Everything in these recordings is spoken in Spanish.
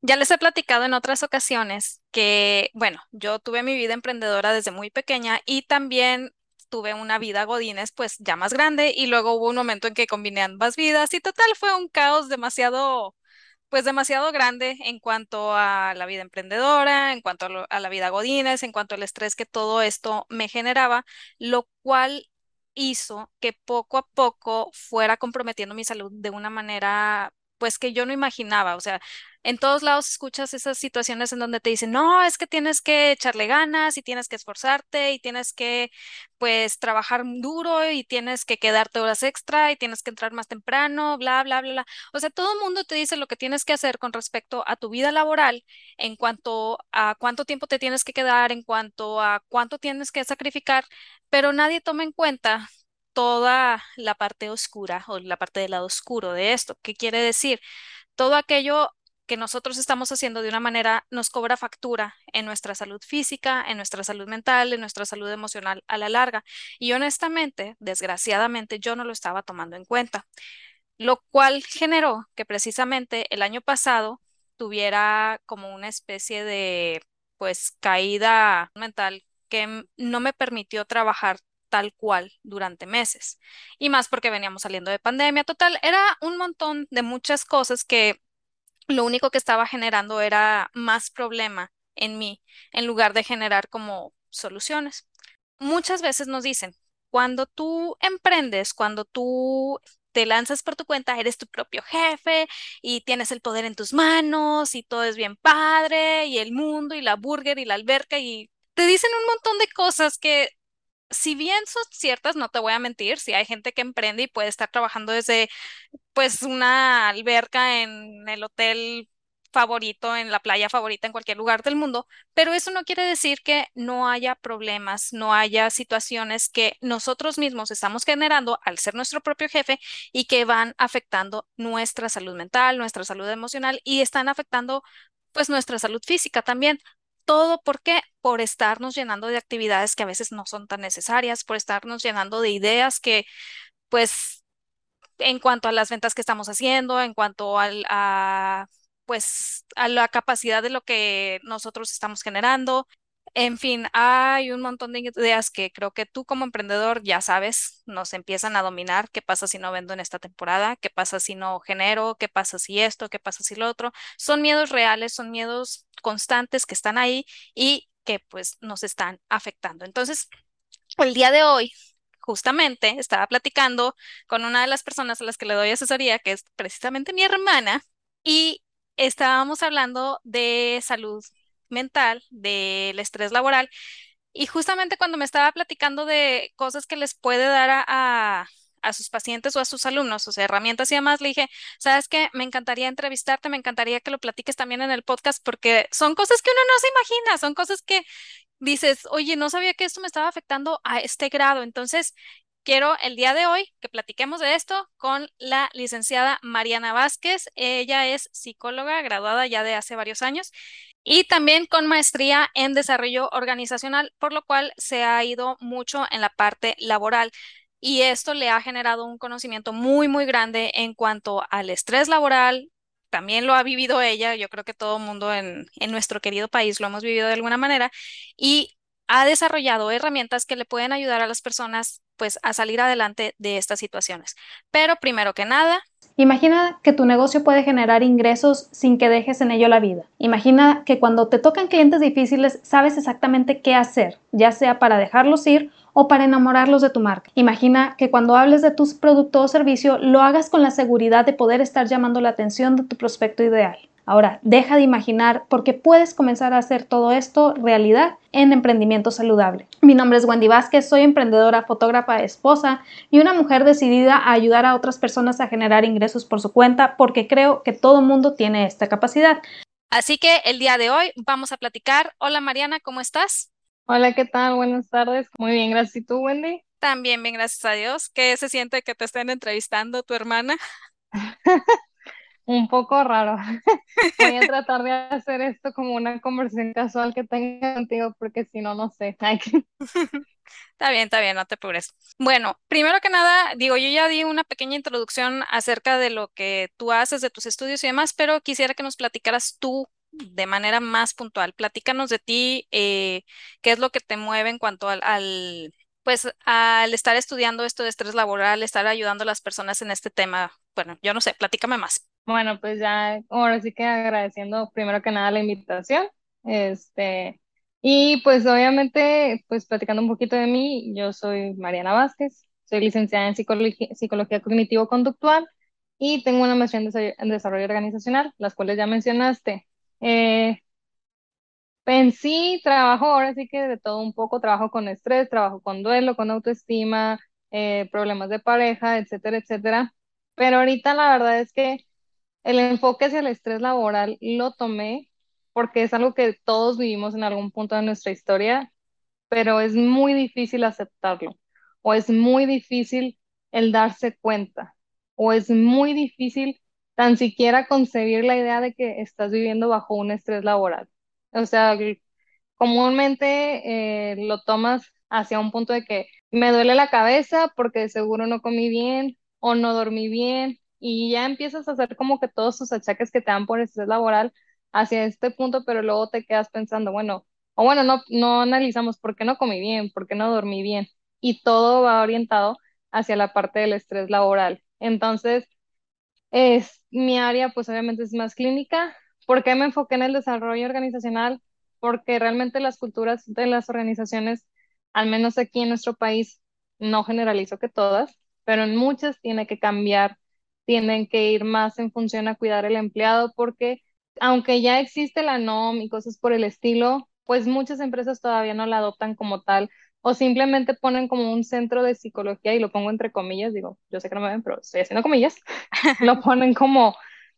Ya les he platicado en otras ocasiones que, bueno, yo tuve mi vida emprendedora desde muy pequeña y también tuve una vida godínez pues ya más grande y luego hubo un momento en que combiné ambas vidas y total fue un caos demasiado, pues demasiado grande en cuanto a la vida emprendedora, en cuanto a la vida godínez, en cuanto al estrés que todo esto me generaba, lo cual hizo que poco a poco fuera comprometiendo mi salud de una manera pues que yo no imaginaba, o sea, en todos lados escuchas esas situaciones en donde te dicen, no, es que tienes que echarle ganas y tienes que esforzarte y tienes que, pues, trabajar duro y tienes que quedarte horas extra y tienes que entrar más temprano, bla, bla, bla, bla. O sea, todo el mundo te dice lo que tienes que hacer con respecto a tu vida laboral, en cuanto a cuánto tiempo te tienes que quedar, en cuanto a cuánto tienes que sacrificar, pero nadie toma en cuenta toda la parte oscura o la parte del lado oscuro de esto. ¿Qué quiere decir? Todo aquello que nosotros estamos haciendo de una manera nos cobra factura en nuestra salud física, en nuestra salud mental, en nuestra salud emocional a la larga. Y honestamente, desgraciadamente, yo no lo estaba tomando en cuenta, lo cual generó que precisamente el año pasado tuviera como una especie de, pues, caída mental que no me permitió trabajar tal cual durante meses. Y más porque veníamos saliendo de pandemia. Total, era un montón de muchas cosas que lo único que estaba generando era más problema en mí, en lugar de generar como soluciones. Muchas veces nos dicen, cuando tú emprendes, cuando tú te lanzas por tu cuenta, eres tu propio jefe y tienes el poder en tus manos y todo es bien padre y el mundo y la burger y la alberca y te dicen un montón de cosas que si bien son ciertas, no te voy a mentir, si hay gente que emprende y puede estar trabajando desde pues una alberca en el hotel favorito, en la playa favorita, en cualquier lugar del mundo, pero eso no quiere decir que no haya problemas, no haya situaciones que nosotros mismos estamos generando al ser nuestro propio jefe y que van afectando nuestra salud mental, nuestra salud emocional y están afectando pues nuestra salud física también. Todo por qué? Por estarnos llenando de actividades que a veces no son tan necesarias, por estarnos llenando de ideas que pues en cuanto a las ventas que estamos haciendo, en cuanto pues, a la capacidad de lo que nosotros estamos generando. En fin, hay un montón de ideas que creo que tú como emprendedor ya sabes, nos empiezan a dominar. ¿Qué pasa si no vendo en esta temporada? ¿Qué pasa si no genero? ¿Qué pasa si esto? ¿Qué pasa si lo otro? Son miedos reales, son miedos constantes que están ahí y que pues nos están afectando. Entonces, el día de hoy, justamente, estaba platicando con una de las personas a las que le doy asesoría, que es precisamente mi hermana, y estábamos hablando de salud mental, del estrés laboral, y justamente cuando me estaba platicando de cosas que les puede dar a sus pacientes o a sus alumnos, o sea, herramientas y demás, le dije, ¿sabes qué? Me encantaría entrevistarte, me encantaría que lo platiques también en el podcast, porque son cosas que uno no se imagina, son cosas que dices, oye, no sabía que esto me estaba afectando a este grado. Entonces, quiero el día de hoy que platiquemos de esto con la licenciada Mariana Vázquez. Ella es psicóloga graduada ya de hace varios años y también con maestría en desarrollo organizacional, por lo cual se ha ido mucho en la parte laboral. Y esto le ha generado un conocimiento muy, muy grande en cuanto al estrés laboral. También lo ha vivido ella, yo creo que todo el mundo en nuestro querido país lo hemos vivido de alguna manera y ha desarrollado herramientas que le pueden ayudar a las personas pues a salir adelante de estas situaciones. Pero primero que nada, Imagina que tu negocio puede generar ingresos sin que dejes en ello la vida. Imagina que cuando te tocan clientes difíciles sabes exactamente qué hacer, ya sea para dejarlos ir o para enamorarlos de tu marca. Imagina que cuando hables de tu producto o servicio lo hagas con la seguridad de poder estar llamando la atención de tu prospecto ideal. Ahora, deja de imaginar porque puedes comenzar a hacer todo esto realidad en emprendimiento saludable. Mi nombre es Wendy Vázquez, soy emprendedora, fotógrafa, esposa y una mujer decidida a ayudar a otras personas a generar ingresos por su cuenta porque creo que todo mundo tiene esta capacidad. así que el día de hoy vamos a platicar. Hola Mariana, ¿cómo estás? Hola, ¿qué tal? Buenas tardes. Muy bien, gracias. ¿Y tú, Wendy? También bien, gracias a Dios. ¿Qué se siente que te estén entrevistando tu hermana? un poco raro. Voy a tratar de hacer esto como una conversación casual que tenga contigo, porque si no, no sé. Está bien, no te apures. Bueno, primero que nada, digo, yo ya di una pequeña introducción acerca de lo que tú haces, de tus estudios y demás, pero quisiera que nos platicaras tú de manera más puntual. Platícanos de ti, qué es lo que te mueve en cuanto pues, al estar estudiando esto de estrés laboral, estar ayudando a las personas en este tema. Bueno, yo no sé, platícame más. Bueno, pues ya ahora sí que agradeciendo primero que nada la invitación. Este, y pues obviamente, pues platicando un poquito de mí, yo soy Mariana Vázquez, soy licenciada en psicología cognitivo-conductual y tengo una maestría en desarrollo organizacional, las cuales ya mencionaste. Eh, en sí, trabajo ahora sí que de todo un poco, trabajo con estrés, trabajo con duelo, con autoestima, problemas de pareja, etcétera, etcétera. Pero ahorita la verdad es que el enfoque hacia el estrés laboral lo tomé porque es algo que todos vivimos en algún punto de nuestra historia, pero es muy difícil aceptarlo, o es muy difícil el darse cuenta, o es muy difícil tan siquiera concebir la idea de que estás viviendo bajo un estrés laboral. O sea, comúnmente lo tomas hacia un punto de que me duele la cabeza porque de seguro no comí bien o no dormí bien y ya empiezas a hacer como que todos tus achaques que te dan por estrés laboral hacia este punto, pero luego te quedas pensando, bueno, o bueno, no analizamos por qué no comí bien, por qué no dormí bien y todo va orientado hacia la parte del estrés laboral. Entonces, mi área, pues obviamente es más clínica. ¿Por qué me enfoqué en el desarrollo organizacional? Porque realmente las culturas de las organizaciones, al menos aquí en nuestro país, no generalizo que todas, pero en muchas tiene que cambiar, tienen que ir más en función a cuidar el empleado, porque aunque ya existe la NOM y cosas por el estilo, pues muchas empresas todavía no la adoptan como tal o simplemente ponen como un centro de psicología y lo pongo entre comillas, digo, yo sé que no me ven, pero estoy haciendo comillas lo ponen como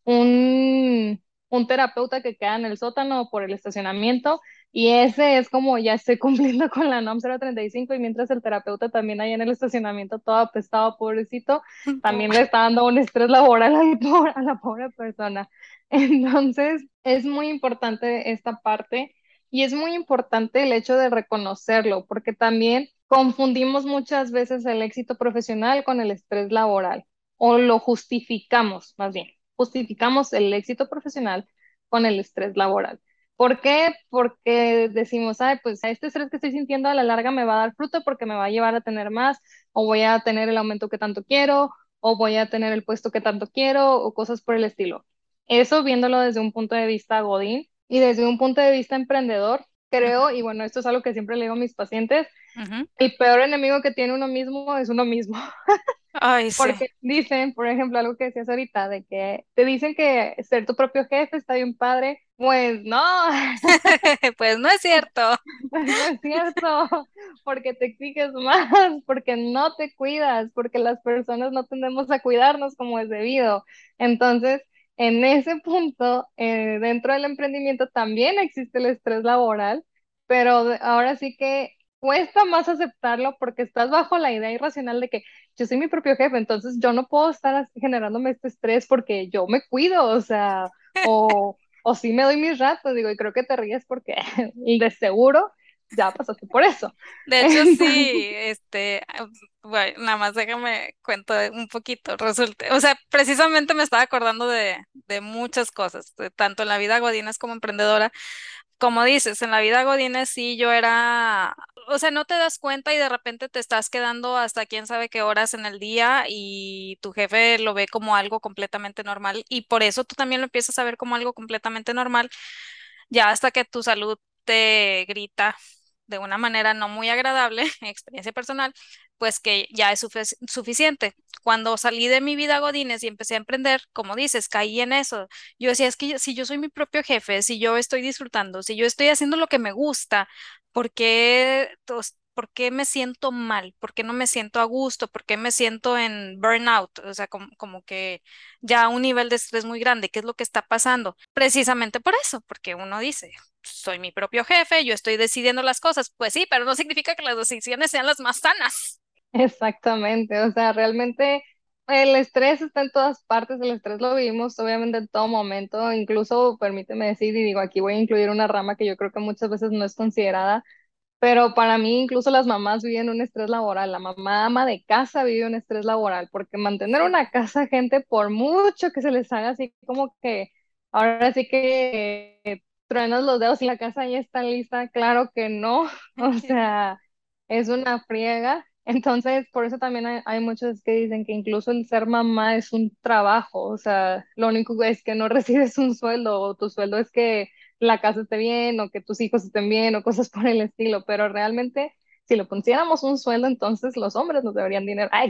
un terapeuta que queda en el sótano o por el estacionamiento y ese es como ya estoy cumpliendo con la NOM 035 y mientras el terapeuta también ahí en el estacionamiento todo apestado, pobrecito, también le está dando un estrés laboral a la pobre persona. Entonces, es muy importante esta parte y es muy importante el hecho de reconocerlo porque también confundimos muchas veces el éxito profesional con el estrés laboral o lo justificamos, más bien, justificamos el éxito profesional con el estrés laboral. ¿Por qué? Porque decimos, ay, pues este estrés que estoy sintiendo a la larga me va a dar fruto porque me va a llevar a tener más, o voy a tener el aumento que tanto quiero, o voy a tener el puesto que tanto quiero, o cosas por el estilo. Eso viéndolo desde un punto de vista godín y desde un punto de vista emprendedor, creo, y bueno, esto es algo que siempre le digo a mis pacientes, Ujú. el peor enemigo que tiene uno mismo es uno mismo. Ay, sí. Porque dicen, por ejemplo, algo que decías ahorita, de que te dicen que ser tu propio jefe está bien padre. Pues no, Pues no es cierto. pues no es cierto, porque te exiges más, porque no te cuidas, porque las personas no tendemos a cuidarnos como es debido. Entonces, en ese punto, dentro del emprendimiento también existe el estrés laboral, pero ahora sí que cuesta más aceptarlo porque estás bajo la idea irracional de que yo soy mi propio jefe, entonces yo no puedo estar generándome este estrés porque yo me cuido, o sea, o sí me doy mis ratos, digo, y creo que te ríes porque y de seguro ya pasaste por eso. De hecho, Entonces, sí, bueno, nada más déjame cuento un poquito. Resulta, o sea, precisamente me estaba acordando de muchas cosas, tanto en la vida godines como emprendedora. Como dices, en la vida godines sí yo era, o sea, no te das cuenta y de repente te estás quedando hasta quién sabe qué horas en el día y tu jefe lo ve como algo completamente normal y por eso tú también lo empiezas a ver como algo completamente normal, ya hasta que tu salud te grita de una manera no muy agradable, experiencia personal, pues que ya es suficiente. Cuando salí de mi vida Godínez y empecé a emprender, como dices, caí en eso. Yo decía, es que si yo soy mi propio jefe, si yo estoy disfrutando, si yo estoy haciendo lo que me gusta, ¿por qué me siento mal? ¿Por qué no me siento a gusto? ¿Por qué me siento en burnout? O sea, como que ya un nivel de estrés muy grande. ¿Qué es lo que está pasando? Precisamente por eso, porque uno dice, soy mi propio jefe, yo estoy decidiendo las cosas. Pues sí, pero no significa que las decisiones sean las más sanas. exactamente, o sea, realmente El estrés está en todas partes, el estrés lo vivimos obviamente en todo momento, incluso permíteme decir, y digo, aquí voy a incluir una rama que yo creo que muchas veces no es considerada, pero para mí incluso las mamás viven un estrés laboral, la mamá ama de casa vive un estrés laboral, porque mantener una Sí. casa, gente, por mucho que se les haga así como que ahora sí que truenas los dedos y la casa ya está lista, claro que no, o sea, es una friega. Entonces, por eso también hay muchos que dicen que incluso el ser mamá es un trabajo, o sea, lo único es que no recibes un sueldo, o tu sueldo es que la casa esté bien o que tus hijos estén bien o cosas por el estilo, pero realmente si lo pusiéramos un sueldo, entonces los hombres nos deberían dinero. Ay,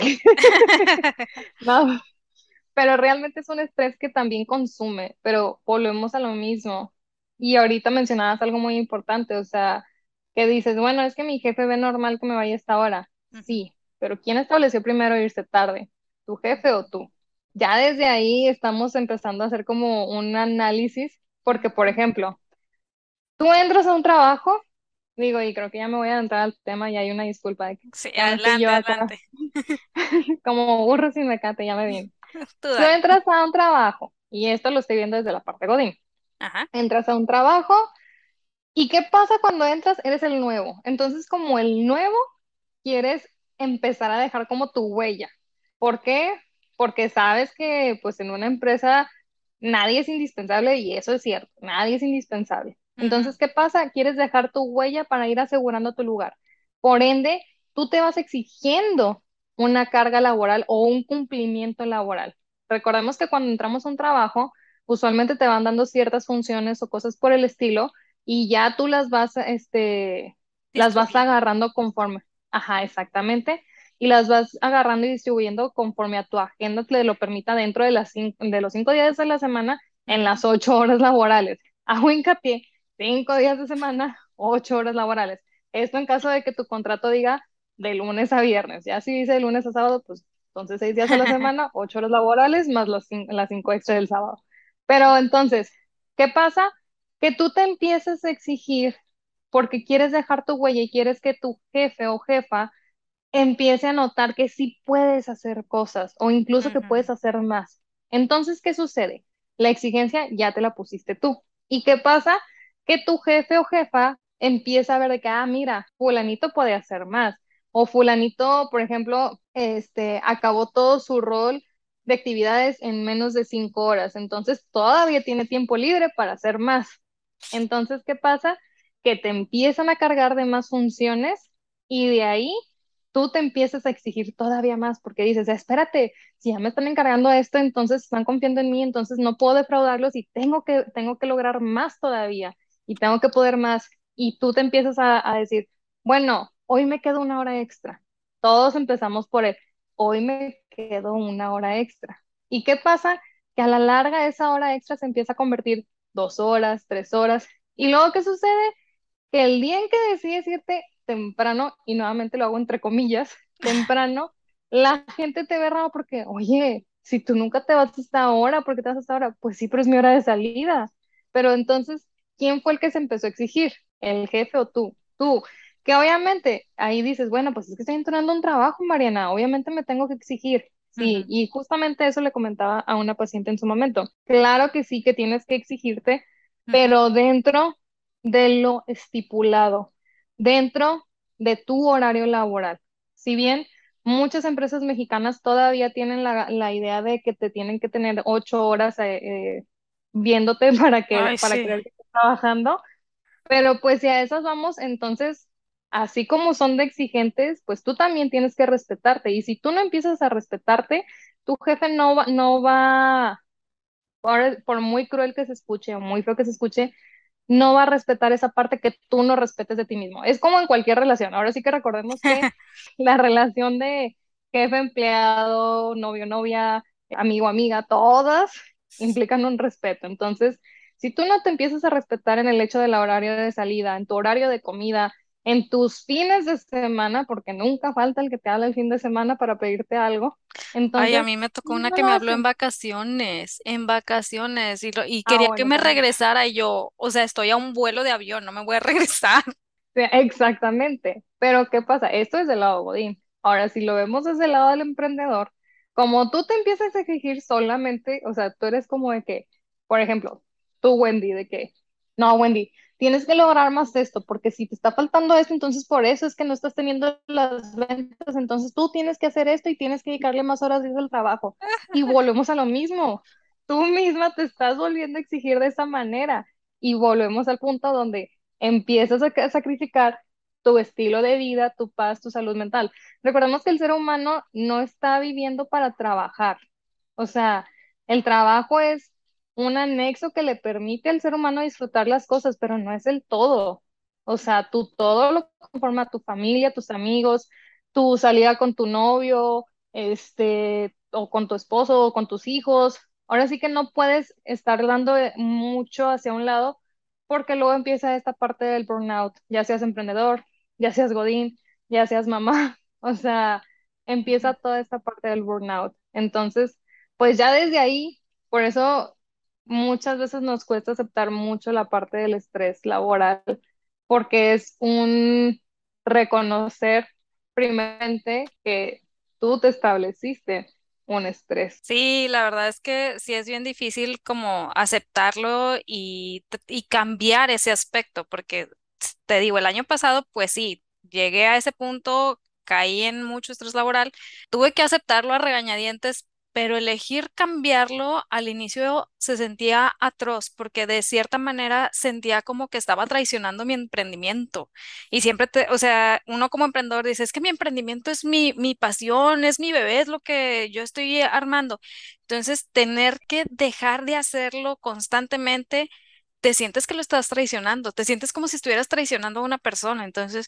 no, pero realmente es un estrés que también consume, pero volvemos a lo mismo. Y ahorita mencionabas algo muy importante, o sea, que dices, bueno, es que mi jefe ve normal que me vaya a esta hora. Ujú, Sí, pero ¿quién estableció primero irse tarde? ¿Tu jefe o tú? Ya desde ahí estamos empezando a hacer como un análisis, porque, por ujú. ecemplo, tú entras a un trabajo, digo, y creo que ya me voy a entrar al tema y hay una disculpa de que Sí, ya me estoy yo adelante, acá adelante. como burro sin mecate, ya me viene. Tú Tú dale. entras a un trabajo, y esto lo estoy viendo desde la parte Godín. Ajá. Entras a un trabajo, ¿y qué pasa cuando entras? Eres el nuevo. Entonces, como el nuevo, quieres empezar a dejar como tu huella. ¿Por qué? Porque sabes que pues en una empresa nadie es indispensable y eso es cierto, nadie es indispensable. Ujú, Entonces, ¿qué pasa? Quieres dejar tu huella para ir asegurando tu lugar. Por ende, tú te vas exigiendo una carga laboral o un cumplimiento laboral. Recordemos que cuando entramos a un trabajo, usualmente te van dando ciertas funciones o cosas por el estilo y ya tú las vas distribuyendo. agarrando conforme. Ajá, exactamente. Y las vas agarrando y distribuyendo conforme a tu agenda te lo permita dentro de de los 5 días de la semana en Ujú. las 8 horas laborales. Hago hincapié, 5 días de semana, 8 horas laborales. Esto en caso de que tu contrato diga de lunes a viernes. Ya si dice de lunes a sábado, pues entonces 6 días a la semana, 8 horas laborales más las 5 extra del sábado. Pero entonces, ¿qué pasa? Que tú te empiezas a exigir porque quieres dejar tu huella y quieres que tu jefe o jefa empiece a notar que sí puedes hacer cosas o incluso que Ujú. puedes hacer más. Entonces, ¿qué sucede? La exigencia ya te la pusiste tú. ¿Y qué pasa? Que tu jefe o jefa empieza a ver de que, ah, mira, fulanito puede hacer más. O fulanito, por ejemplo, acabó todo su rol de actividades en menos de 5 horas. Entonces, todavía tiene tiempo libre para hacer más. Entonces, ¿qué pasa? Que te empiezan a cargar de más funciones y de ahí tú te empiezas a exigir todavía más porque dices, espérate, si ya me están encargando esto, entonces están confiando en mí, entonces no puedo defraudarlos y tengo que lograr más todavía y tengo que poder más. Y tú te empiezas a decir, bueno, hoy me quedo una hora extra. Todos empezamos por el, hoy me quedo una hora extra. ¿Y qué pasa? Que a la larga esa hora extra se empieza a convertir 2 horas, 3 horas. ¿Y luego qué sucede? Que el día en que decides irte temprano, y nuevamente lo hago entre comillas, temprano, la gente te ve raro porque, oye, si tú nunca te vas a esta hora, ¿por qué te vas a esta hora? Pues sí, pero es mi hora de salida. Pero entonces, ¿quién fue el que se empezó a exigir? ¿El jefe o tú? Tú. Que obviamente ahí dices, bueno, pues es que estoy entrando a un trabajo, Mariana, obviamente me tengo que exigir. Sí, Ujú, y justamente eso le comentaba a una paciente en su momento. Claro que sí, que tienes que exigirte, ujú. pero dentro de lo estipulado dentro de tu horario laboral. Si bien muchas empresas mexicanas todavía tienen la idea de que te tienen que tener 8 horas viéndote Ay, para sí. creer que estás trabajando, pero pues si a esas vamos, entonces, así como son de exigentes, pues tú también tienes que respetarte. Y si tú no empiezas a respetarte, tu jefe no va, por muy cruel que se escuche o muy feo que se escuche, no va a respetar esa parte que tú no respetes de ti mismo. Es como en cualquier relación. Ahora sí que recordemos que la relación de jefe, empleado, novio, novia, amigo, amiga, todas implican un respeto. Entonces, si tú no te empiezas a respetar en el hecho del horario de salida, en tu horario de comida, en tus fines de semana, porque nunca falta el que te habla el fin de semana para pedirte algo, Ay, a entonces mí me tocó una no que lo me habló hacen. en vacaciones, y Ah, quería que bueno, me también. regresara y yo, o sea, estoy a un vuelo de avión, no me voy a regresar. Sí, exactamente. Pero ¿qué pasa? Esto es del lado Godín. Ahora, si lo vemos desde el lado del emprendedor, como tú te empiezas a exigir solamente, o sea, tú eres como de que, por ejemplo, tú, Wendy, de que, no, Wendy, tienes que lograr más esto, porque si te está faltando esto, entonces por eso es que no estás teniendo las ventas, entonces tú tienes que hacer esto y tienes que dedicarle más horas al trabajo. Y volvemos a lo mismo, tú misma te estás volviendo a exigir de esa manera y volvemos al punto donde empiezas a sacrificar tu estilo de vida, tu paz, tu salud mental. Recordemos que el ser humano no está viviendo para trabajar. O sea, el trabajo es un anexo que le permite al ser humano disfrutar las cosas, pero no es el todo. O sea, tú todo lo conforma tu familia, tus amigos, tu salida con tu novio, o con tu esposo, o con tus hijos. Ahora sí que no puedes estar dando mucho hacia un lado porque luego empieza esta parte del burnout, ya seas emprendedor, ya seas godín, ya seas mamá, o sea, empieza toda esta parte del burnout. Entonces, pues ya desde ahí, por eso muchas veces nos cuesta aceptar mucho la parte del estrés laboral, porque es un reconocer primeramente que tú te estableciste un estrés. Sí, la verdad es que sí es bien difícil como aceptarlo y cambiar ese aspecto, porque te digo, el año pasado, pues sí, llegué a ese punto, caí en mucho estrés laboral, tuve que aceptarlo a regañadientes, pero elegir cambiarlo al inicio se sentía atroz, porque de cierta manera sentía como que estaba traicionando mi emprendimiento. Y siempre o sea, uno como emprendedor dice, es que mi emprendimiento es mi pasión, es mi bebé, es lo que yo estoy armando. Entonces, tener que dejar de hacerlo constantemente, te sientes que lo estás traicionando, te sientes como si estuvieras traicionando a una persona. Entonces,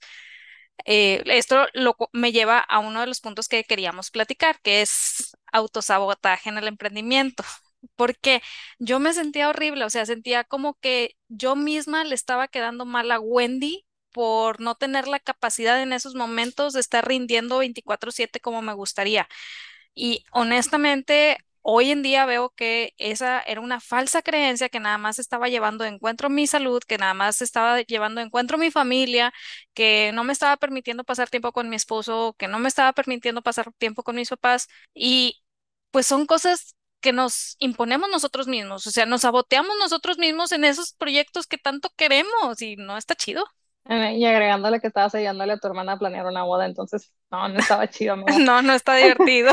esto me lleva a uno de los puntos que queríamos platicar, que es autosabotaje en el emprendimiento. Porque yo me sentía horrible, o sea, sentía como que yo misma le estaba quedando mal a Wendy por no tener la capacidad en esos momentos de estar rindiendo 24/7 como me gustaría. Y honestamente, hoy en día veo que esa era una falsa creencia que nada más estaba llevando de encuentro mi salud, que nada más estaba llevando de encuentro mi familia, que no me estaba permitiendo pasar tiempo con mi esposo, que no me estaba permitiendo pasar tiempo con mis papás. Y pues son cosas que nos imponemos nosotros mismos, o sea, nos saboteamos nosotros mismos en esos proyectos que tanto queremos y no está chido. Y agregándole que estabas ayudándole a tu hermana a planear una boda, entonces, no, no estaba chido, amiga. No, no está divertido.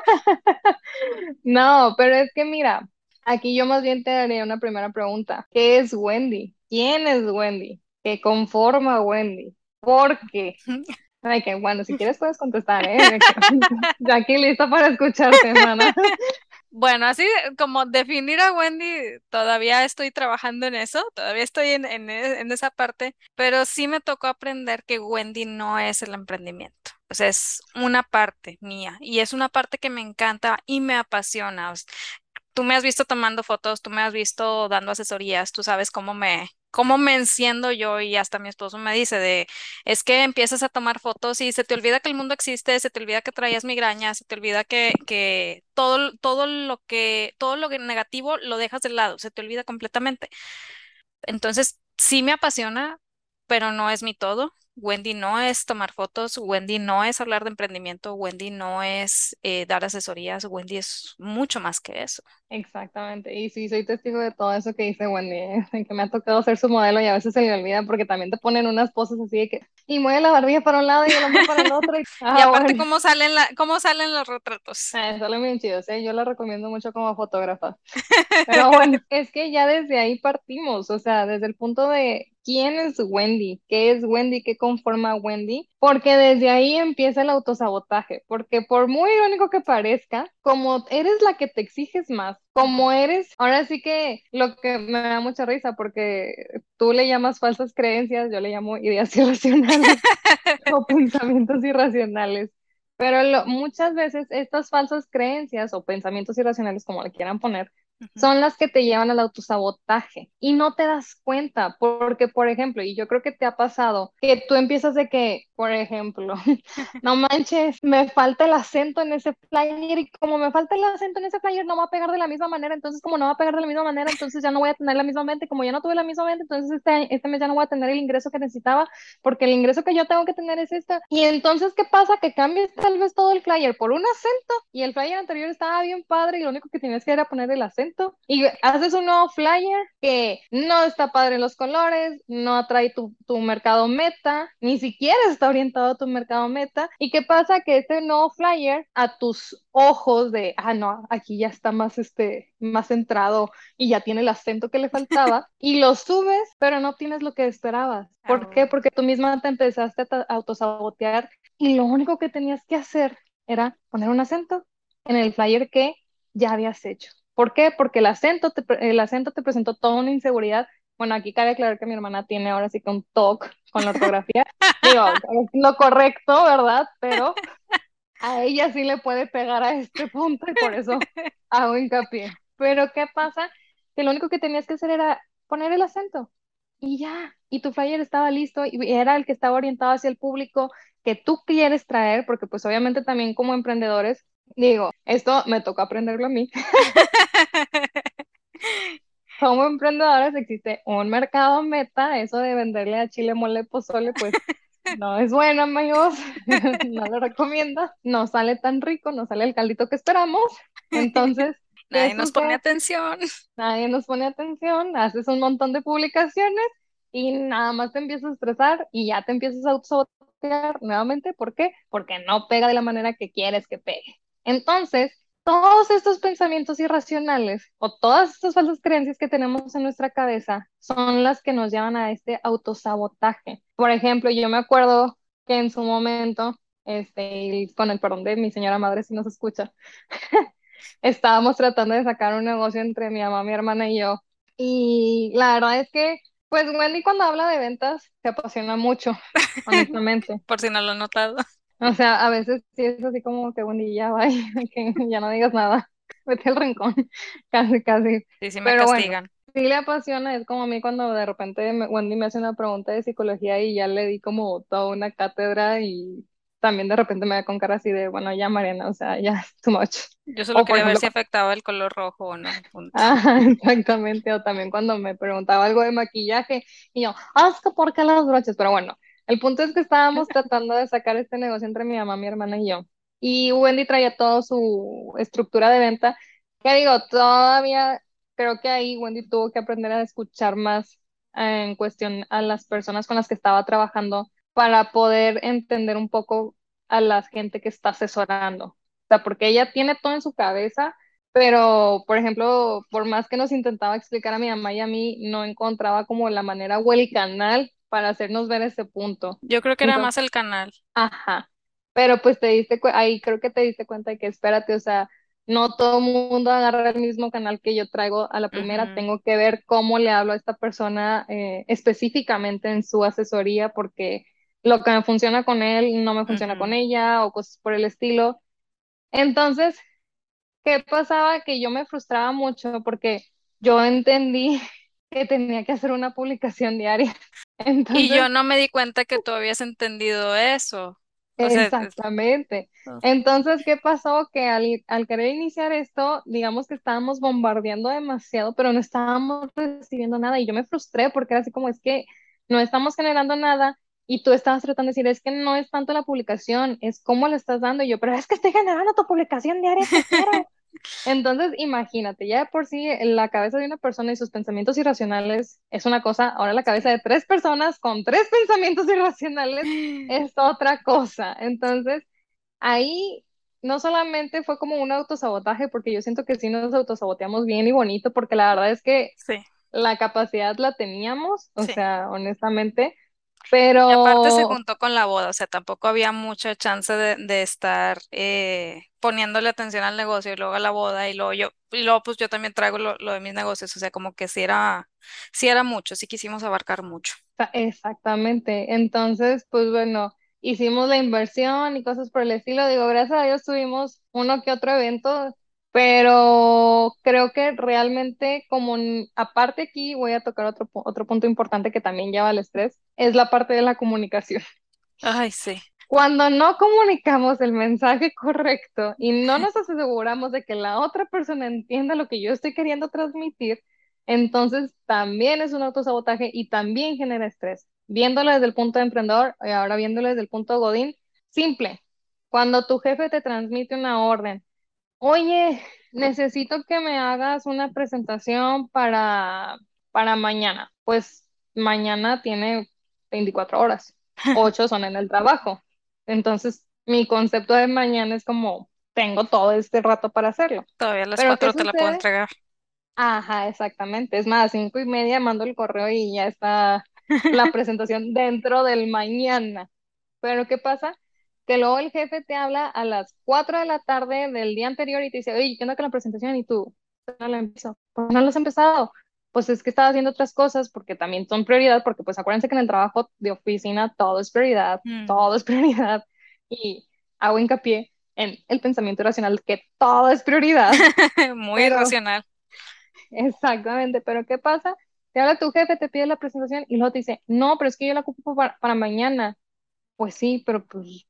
No, pero es que mira, aquí yo más bien te haría una primera pregunta. ¿Qué es Wendy? ¿Quién es Wendy? ¿Qué conforma a Wendy? ¿Por qué? Ay, que bueno, si quieres puedes contestar, ¿eh? Ya aquí lista para escucharte, hermana. Bueno, así como definir a Wendy, todavía estoy trabajando en eso, todavía estoy en esa parte, pero sí me tocó aprender que Wendy no es el emprendimiento. O sea, es una parte mía y es una parte que me encanta y me apasiona. Tú me has visto tomando fotos, tú me has visto dando asesorías, tú sabes cómo me enciendo yo y hasta mi esposo me dice es que empiezas a tomar fotos y se te olvida que el mundo existe, se te olvida que traías migraña, se te olvida que todo lo que negativo lo dejas de lado, se te olvida completamente. Entonces, sí me apasiona, pero no es mi todo. Wendy no es tomar fotos, Wendy no es hablar de emprendimiento, Wendy no es dar asesorías, Wendy es mucho más que eso. Exactamente, y sí, soy testigo de todo eso que dice Wendy, que me ha tocado ser su modelo y a veces se me olvida porque también te ponen unas poses así de que, y mueve la barbilla para un lado y el hombro para el otro, y, Y aparte, bueno, cómo salen los retratos. salen bien chidos, ¿eh? Yo la recomiendo mucho como fotógrafa. Pero bueno, es que ya desde ahí partimos, o sea, desde el punto de quién es Wendy, qué conforma a Wendy, porque desde ahí empieza el autosabotaje, porque por muy irónico que parezca, como eres la que te exiges más, como eres, ahora sí que lo que me da mucha risa, porque tú le llamas falsas creencias, yo le llamo ideas irracionales o pensamientos irracionales. Pero muchas veces estas falsas creencias o pensamientos irracionales, como le quieran poner, Ujú. son las que te llevan al autosabotaje y no te das cuenta, porque, por ejemplo, y yo creo que te ha pasado, que tú empiezas de que, por ejemplo, no manches, me falta el acento en ese flyer y como me falta el acento en ese flyer no va a pegar de la misma manera, entonces como no va a pegar de la misma manera, entonces ya no voy a tener la misma mente, como ya no tuve la misma mente, entonces este mes ya no voy a tener el ingreso que necesitaba, porque el ingreso que yo tengo que tener es esta. Y entonces, ¿qué pasa? Que cambies tal vez todo el flyer por un acento y el flyer anterior estaba bien padre y lo único que tenías que era poner el acento y haces un nuevo flyer que no está padre en los colores, no atrae tu mercado meta, ni siquiera está orientado a tu mercado meta. ¿Y qué pasa? Que este nuevo flyer a tus ojos de, ah, no, aquí ya está más, más centrado y ya tiene el acento que le faltaba y lo subes, pero no tienes lo que esperabas. ¿Por qué? Oh. Porque tú misma te empezaste a autosabotear y lo único que tenías que hacer era poner un acento en el flyer que ya habías hecho. ¿Por qué? Porque el acento te presentó toda una inseguridad. Bueno, aquí cabe aclarar que mi hermana tiene ahora sí que un TOC con la ortografía. Digo, es lo correcto, ¿verdad? Pero a ella sí le puede pegar a este punto y por eso hago hincapié. Pero ¿qué pasa? Que lo único que tenías que hacer era poner el acento y ya, y tu flyer estaba listo y era el que estaba orientado hacia el público que tú quieres traer, porque pues obviamente también como emprendedores, digo, esto me tocó aprenderlo a mí. Como emprendedores existe un mercado meta, eso de venderle a chile, mole, pozole, pues no es bueno, amigos, no lo recomiendo, no sale tan rico, no sale el caldito que esperamos. Entonces, ¿qué Nadie nos pone sucede? atención. Nadie nos pone atención, haces un montón de publicaciones y nada más te empiezas a estresar y ya te empiezas a autosabotear nuevamente. ¿Por qué? Porque no pega de la manera que quieres que pegue. Entonces, todos estos pensamientos irracionales o todas estas falsas creencias que tenemos en nuestra cabeza son las que nos llevan a este autosabotaje. Por ejemplo, yo me acuerdo que en su momento, y con el perdón de mi señora madre si nos escucha, estábamos tratando de sacar un negocio entre mi mamá, mi hermana y yo. Y la verdad es que, pues Wendy cuando habla de ventas se apasiona mucho, honestamente. Por si no lo he notado. O sea, a veces sí es así como que Wendy ya vaya, que ya no digas nada, vete al rincón, casi, casi. Sí, sí me Pero bueno, castigan. sí le apasiona, es como a mí cuando de repente Wendy me hace una pregunta de psicología y ya le di como toda una cátedra y también de repente me da con cara así de, bueno, ya Mariana, o sea, ya es too much. Yo solo O por quería ver ejemplo, si afectaba el color rojo o no. Punto. ajá, exactamente, o también cuando me preguntaba algo de maquillaje y yo, ah, es que ¿por qué las brochas? Pero bueno, el punto es que estábamos tratando de sacar este negocio entre mi mamá, mi hermana y yo. Y Wendy traía toda su estructura de venta, que digo, todavía creo que ahí Wendy tuvo que aprender a escuchar más en cuestión a las personas con las que estaba trabajando para poder entender un poco a la gente que está asesorando. O sea, porque ella tiene todo en su cabeza pero, por ejemplo, por más que nos intentaba explicar a mi mamá y a mí, no encontraba como la manera o el canal para hacernos ver ese punto. Yo creo que era más Entonces, el canal. ajá. Pero pues ahí creo que te diste cuenta de que espérate, o sea, no todo el mundo agarra el mismo canal que yo traigo a la primera. Ujú, Tengo que ver cómo le hablo a esta persona específicamente en su asesoría, porque lo que me funciona con él no me funciona con ujú. ella o cosas por el estilo. Entonces, ¿qué pasaba? Que yo me frustraba mucho porque yo entendí que tenía que hacer una publicación diaria. Y Entonces, yo no me di cuenta que tú habías entendido eso. O sea, exactamente. oh, Entonces, ¿qué pasó? Que al querer iniciar esto, digamos que estábamos bombardeando demasiado, pero no estábamos recibiendo nada. Y yo me frustré porque era así como es que no estamos generando nada. Y tú estabas tratando de decir, es que no es tanto la publicación, es cómo le estás dando. Y yo, pero es que estoy generando tu publicación diaria que quiero. Entonces, imagínate, ya de por sí la cabeza de una persona y sus pensamientos irracionales es una cosa, ahora la cabeza sí. de tres personas con tres pensamientos irracionales es otra cosa. Entonces, ahí no solamente fue como un autosabotaje, porque yo siento que sí nos autosaboteamos bien y bonito, porque la verdad es que Sí, la capacidad la teníamos, o sí. sea, honestamente, Y aparte se pero juntó con la boda, o sea, tampoco había mucha chance de estar poniéndole atención al negocio y luego a la boda y luego pues yo también traigo lo de mis negocios, o sea, como que sí era mucho, sí quisimos abarcar mucho. exactamente. Entonces, pues bueno, hicimos la inversión y cosas por el estilo. Digo, gracias a Dios tuvimos uno que otro evento. Pero creo que realmente, aparte aquí voy a tocar otro punto importante que también lleva al estrés, es la parte de la comunicación. Ay, sí. Cuando no comunicamos el mensaje correcto y no nos aseguramos de que la otra persona entienda lo que yo estoy queriendo transmitir, entonces también es un autosabotaje y también genera estrés. Viéndolo desde el punto de emprendedor y ahora viéndolo desde el punto de Godín, simple. Cuando tu jefe te transmite una orden, oye, necesito que me hagas una presentación para mañana. Pues mañana tiene 24 horas, 8 son en el trabajo. Entonces, mi concepto de mañana es como, tengo todo este rato para hacerlo. Todavía a las Pero ¿qué 4 te la puedo sucede? entregar. Ajá, exactamente. Es más, 5:30 mando el correo y ya está la presentación dentro del mañana. Pero ¿qué pasa? Que luego el jefe te habla a las 4 de la tarde del día anterior y te dice, oye, ¿qué onda con la presentación? Y tú, no la empiezo. ¿Por qué no la has empezado? Pues es que estaba haciendo otras cosas porque también son prioridad, porque pues acuérdense que en el trabajo de oficina Mm. todo es prioridad. Y hago hincapié en el pensamiento racional que todo es prioridad, Muy pero irracional. exactamente, pero ¿qué pasa? Te habla tu jefe, te pide la presentación y luego te dice, no, pero es que yo la ocupo para mañana. Pues sí, pero pues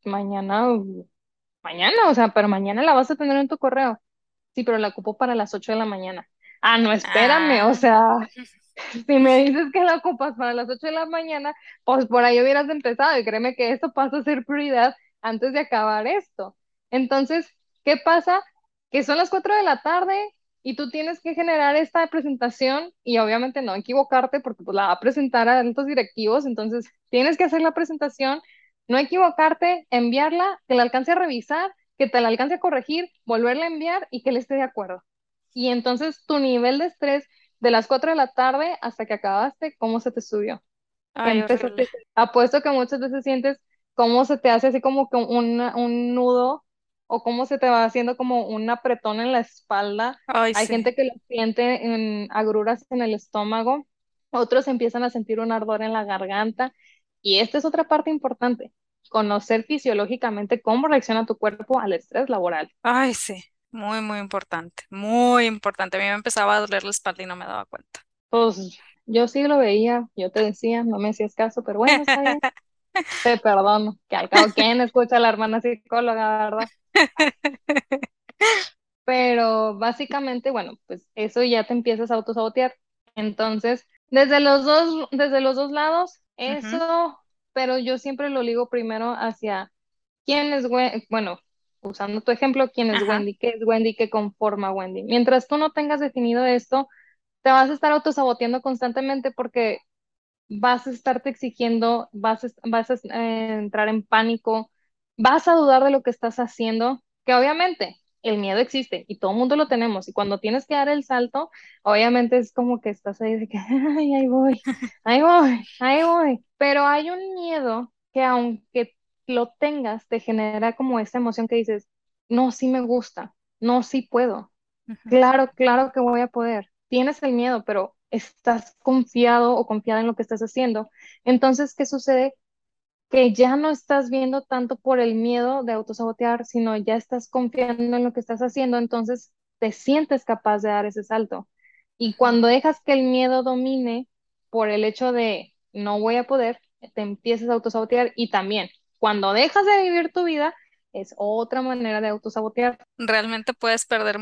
mañana, o sea, pero mañana la vas a tener en tu correo. Sí, pero la ocupo para las 8 de la mañana. Ah, no, espérame, o Ah. sea, si me dices que la ocupas para las 8 de la mañana, pues por ahí hubieras empezado y créeme que esto pasa a ser prioridad antes de acabar esto. Entonces, ¿qué pasa? Que son las 4 de la tarde y tú tienes que generar esta presentación y obviamente no equivocarte porque pues la va a presentar a altos directivos, entonces tienes que hacer la presentación, no equivocarte, enviarla, que la alcance a revisar, que te la alcance a corregir, volverla a enviar y que él esté de acuerdo. Y entonces tu nivel de estrés de las 4 de la tarde hasta que acabaste, ¿cómo se te subió? ¿Qué Ay, empezaste horrible. a hacer? Apuesto que muchas veces sientes cómo se te hace así como que un nudo o cómo se te va haciendo como un apretón en la espalda. Ay, Hay sí. gente que lo siente en agruras en el estómago, otros empiezan a sentir un ardor en la garganta. Y esta es otra parte importante, conocer fisiológicamente cómo reacciona tu cuerpo al estrés laboral. Ay, sí. Muy, muy importante. Muy importante. A mí me empezaba a doler la espalda y no me daba cuenta. Pues yo sí lo veía, yo te decía, no me hacías caso, pero bueno, está bien. Te perdono, que al cabo, ¿quién escucha a la hermana psicóloga, verdad? Pero básicamente, bueno, pues eso ya te empiezas a autosabotear. Entonces, desde los dos lados, Ujú. eso, pero yo siempre lo ligo primero hacia quién es, bueno, usando tu ejemplo, quién es Ajá. Wendy, qué es Wendy, qué conforma a Wendy. Mientras tú no tengas definido esto, te vas a estar autosaboteando constantemente porque vas a estarte exigiendo, vas a entrar en pánico, vas a dudar de lo que estás haciendo, que obviamente el miedo existe y todo el mundo lo tenemos y cuando tienes que dar el salto, obviamente es como que estás ahí de que, ay, ahí voy, ahí voy, ahí voy, pero hay un miedo que aunque lo tengas, te genera como esa emoción que dices, no, sí me gusta, no, sí puedo. Ujú. Claro, claro que voy a poder. Tienes el miedo, pero estás confiado o confiada en lo que estás haciendo. Entonces, ¿qué sucede? Que ya no estás viendo tanto por el miedo de autosabotear, sino ya estás confiando en lo que estás haciendo, entonces te sientes capaz de dar ese salto. Y Ujú. cuando dejas que el miedo domine por el hecho de no voy a poder, te empiezas a autosabotear y también cuando dejas de vivir tu vida es otra manera de autosabotear. Realmente puedes perder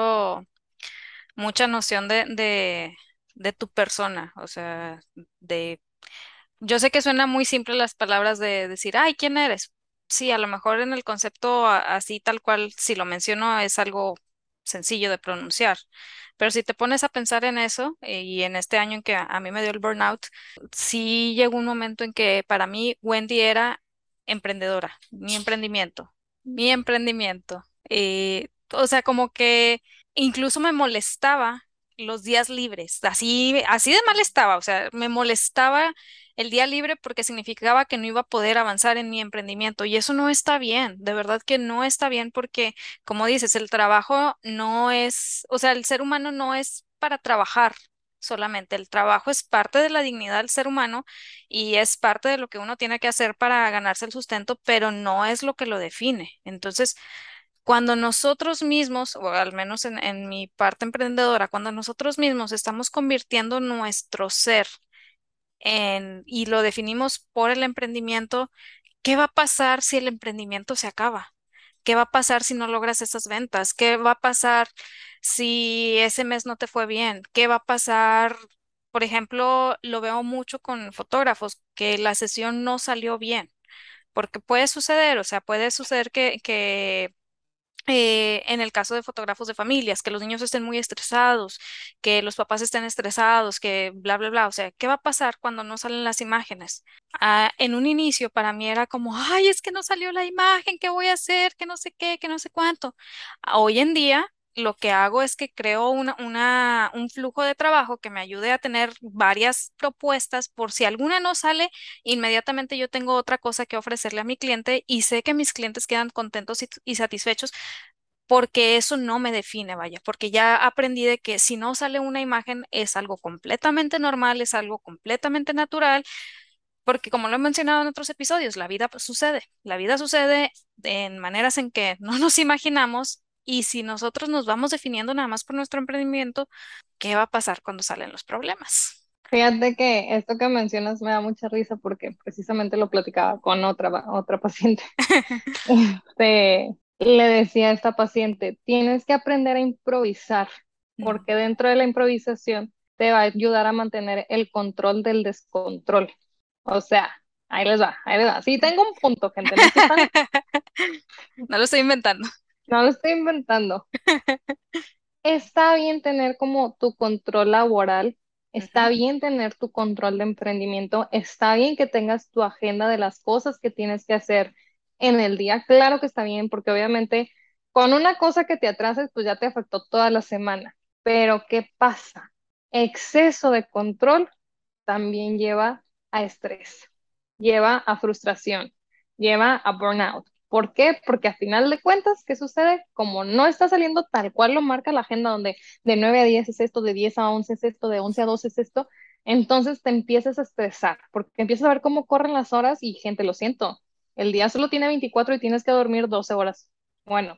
mucha noción de tu persona. O sea, de yo sé que suena muy simple las palabras de decir, ay, ¿quién eres? Sí, a lo mejor en el concepto así tal cual, si lo menciono, es algo sencillo de pronunciar. Pero si te pones a pensar en eso, y en este año en que a mí me dio el burnout, sí llegó un momento en que para mí Wendy era emprendedora, mi emprendimiento. O sea, como que incluso me molestaba los días libres, así de mal estaba, o sea, me molestaba el día libre porque significaba que no iba a poder avanzar en mi emprendimiento y eso no está bien, de verdad que no está bien porque, como dices, el trabajo no es, o sea, el ser humano no es para trabajar solamente, el trabajo es parte de la dignidad del ser humano y es parte de lo que uno tiene que hacer para ganarse el sustento, pero no es lo que lo define. Entonces, Cuando nosotros mismos, o al menos en mi parte emprendedora, cuando nosotros mismos estamos convirtiendo nuestro ser y lo definimos por el emprendimiento, ¿qué va a pasar si el emprendimiento se acaba? ¿Qué va a pasar si no logras esas ventas? ¿Qué va a pasar si ese mes no te fue bien? ¿Qué va a pasar? Por ejemplo, lo veo mucho con fotógrafos, que la sesión no salió bien, porque puede suceder, o sea, puede suceder que en el caso de fotógrafos de familias, que los niños estén muy estresados, que los papás estén estresados, que bla, bla, bla. O sea, ¿qué va a pasar cuando no salen las imágenes? En un inicio para mí era como, ay, es que no salió la imagen, ¿qué voy a hacer? Que no sé qué, que no sé cuánto. Hoy en día lo que hago es que creo un flujo de trabajo que me ayude a tener varias propuestas por si alguna no sale, inmediatamente yo tengo otra cosa que ofrecerle a mi cliente y sé que mis clientes quedan contentos y satisfechos porque eso no me define, vaya, porque ya aprendí de que si no sale una imagen es algo completamente normal, es algo completamente natural, porque como lo he mencionado en otros episodios, la vida pues, sucede, la vida sucede en maneras en que no nos imaginamos y si nosotros nos vamos definiendo nada más por nuestro emprendimiento, ¿qué va a pasar cuando salen los problemas? Fíjate que esto que mencionas me da mucha risa porque precisamente lo platicaba con otra paciente. Le decía a esta paciente, tienes que aprender a improvisar, Mm. porque dentro de la improvisación te va a ayudar a mantener el control del descontrol. O sea, ahí les va, ahí les va. Sí, tengo un punto, gente, No lo estoy inventando. no lo estoy inventando. Está bien tener como tu control laboral, está Ujú, bien tener tu control de emprendimiento, está bien que tengas tu agenda de las cosas que tienes que hacer en el día. Claro que está bien, porque obviamente con una cosa que te atrases, pues ya te afectó toda la semana. Pero ¿qué pasa? Exceso de control también lleva a estrés, lleva a frustración, lleva a burnout. ¿Por qué? Porque a final de cuentas, ¿qué sucede? Como no está saliendo tal cual lo marca la agenda, donde de 9 a 10 es esto, de 10 a 11 es esto, de 11 a 12 es esto, entonces te empiezas a estresar, porque empiezas a ver cómo corren las horas y gente, lo siento, el día solo tiene 24 y tienes que dormir 12 horas. Bueno,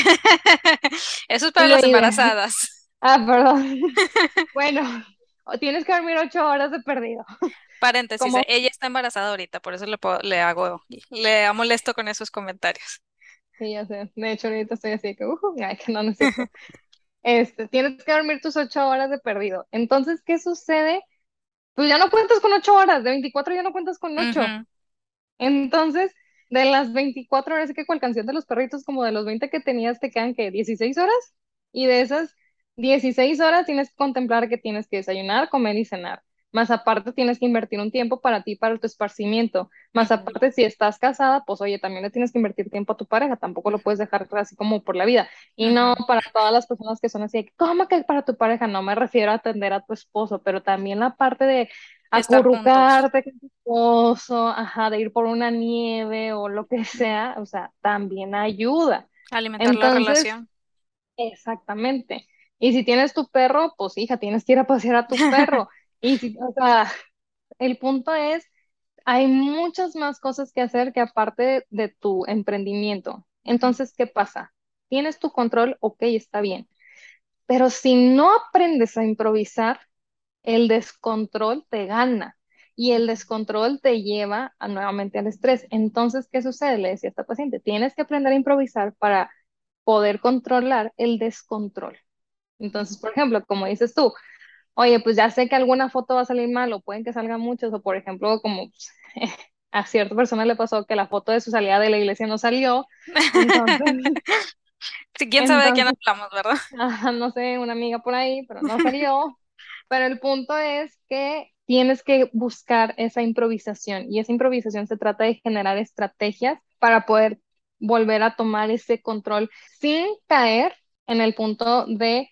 Eso es para lo las ideal. embarazadas. Ah, perdón. Bueno, o tienes que dormir 8 horas de perdido. Paréntesis, Como ella está embarazada ahorita, por eso le molesto con esos comentarios. sí, ya sé. De hecho, ahorita estoy así que, ay, que no, no es cierto. Tienes que dormir tus 8 horas de perdido. Entonces, ¿qué sucede? Pues ya no cuentas con 8 horas, de 24 ya no cuentas con 8. Ujú, Entonces, de las 24 horas, que con canción de los perritos, como de los 20 que tenías, te quedan que 16 horas. Y de esas 16 horas tienes que contemplar que tienes que desayunar, comer y cenar. Más aparte tienes que invertir un tiempo para ti, para tu esparcimiento. Más ujú, aparte, si estás casada, pues oye, también le tienes que invertir tiempo a tu pareja. Tampoco lo puedes dejar así como por la vida. Y no ujú. para todas las personas que son así, de que, ¿cómo que para tu pareja? No me refiero a atender a tu esposo, pero también la parte de Estar juntos, acurrucarte con tu esposo, ajá, de ir por una nieve o lo que ujú. sea, o sea, también ayuda. Alimentar la Entonces, relación. exactamente. Y si tienes tu perro, pues hija, tienes que ir a pasear a tu perro. Y si, o sea, el punto es, hay muchas más cosas que hacer que aparte de tu emprendimiento. Ujú, Entonces, ¿qué pasa? Tienes tu control, ok, está bien. Pero si no aprendes a improvisar, el descontrol te gana y el ujú. descontrol te lleva nuevamente al estrés. Entonces, ¿qué sucede? Le decía a esta paciente, tienes que aprender a improvisar para poder controlar el descontrol. Entonces, por ejemplo, como dices tú, oye, pues ya sé que alguna foto va a salir mal o pueden que salgan muchas, o por ejemplo, como pues, a cierta persona le pasó que la foto de su salida de la iglesia no salió, entonces, Sí, quién sabe de quién entonces, hablamos, ¿verdad? ajá, no sé, una amiga por ahí, pero no salió. Pero el punto es que tienes que buscar esa improvisación y esa improvisación se trata de generar estrategias para poder volver a tomar ese control sin caer en el punto de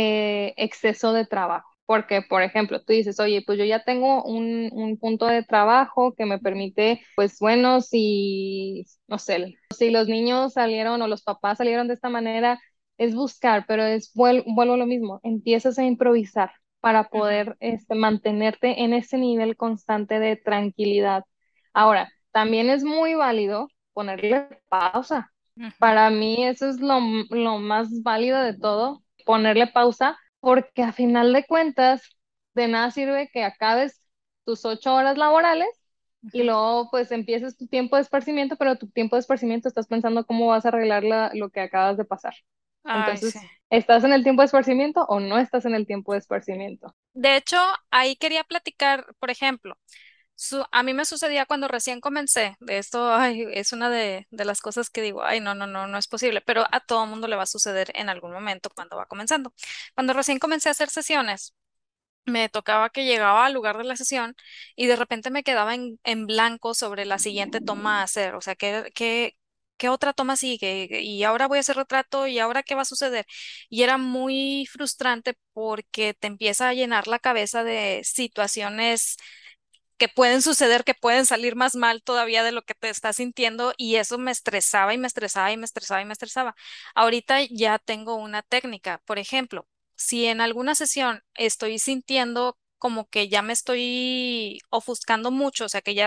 exceso de trabajo. Porque, por ejemplo, tú dices, oye, pues yo ya tengo un punto de trabajo que me permite, pues bueno, si, no sé, si los niños salieron o los papás salieron de esta manera, es buscar, pero vuelvo a lo mismo, empiezas a improvisar para Ujú. poder mantenerte en ese nivel constante de tranquilidad. Ahora, también es muy válido ponerle pausa. Ujú. Para mí eso es lo más válido de todo, ponerle pausa, porque a final de cuentas, de nada sirve que acabes tus 8 horas laborales y Ujú. luego pues empieces tu tiempo de esparcimiento, pero tu tiempo de esparcimiento estás pensando cómo vas a arreglar lo que acabas de pasar. Ay, sí. Entonces, ¿estás en el tiempo de esparcimiento o no estás en el tiempo de esparcimiento? De hecho, ahí quería platicar, por ejemplo, a mí me sucedía cuando recién comencé, de esto, ay, es una de las cosas que digo, ay, no, no, no, no es posible, pero a todo mundo le va a suceder en algún momento cuando va comenzando. Cuando recién comencé a hacer sesiones, me tocaba que llegaba al lugar de la sesión y de repente me quedaba en blanco sobre la siguiente toma a hacer, o sea, ¿qué otra toma sigue? Y ahora voy a hacer retrato y ahora qué va a suceder. Y era muy frustrante porque te empieza a llenar la cabeza de situaciones que pueden suceder, que pueden salir más mal todavía de lo que te estás sintiendo y eso me estresaba y me estresaba y me estresaba y me estresaba. Ahorita ya tengo una técnica, por ejemplo, si en alguna sesión estoy sintiendo como que ya me estoy ofuscando mucho, o sea que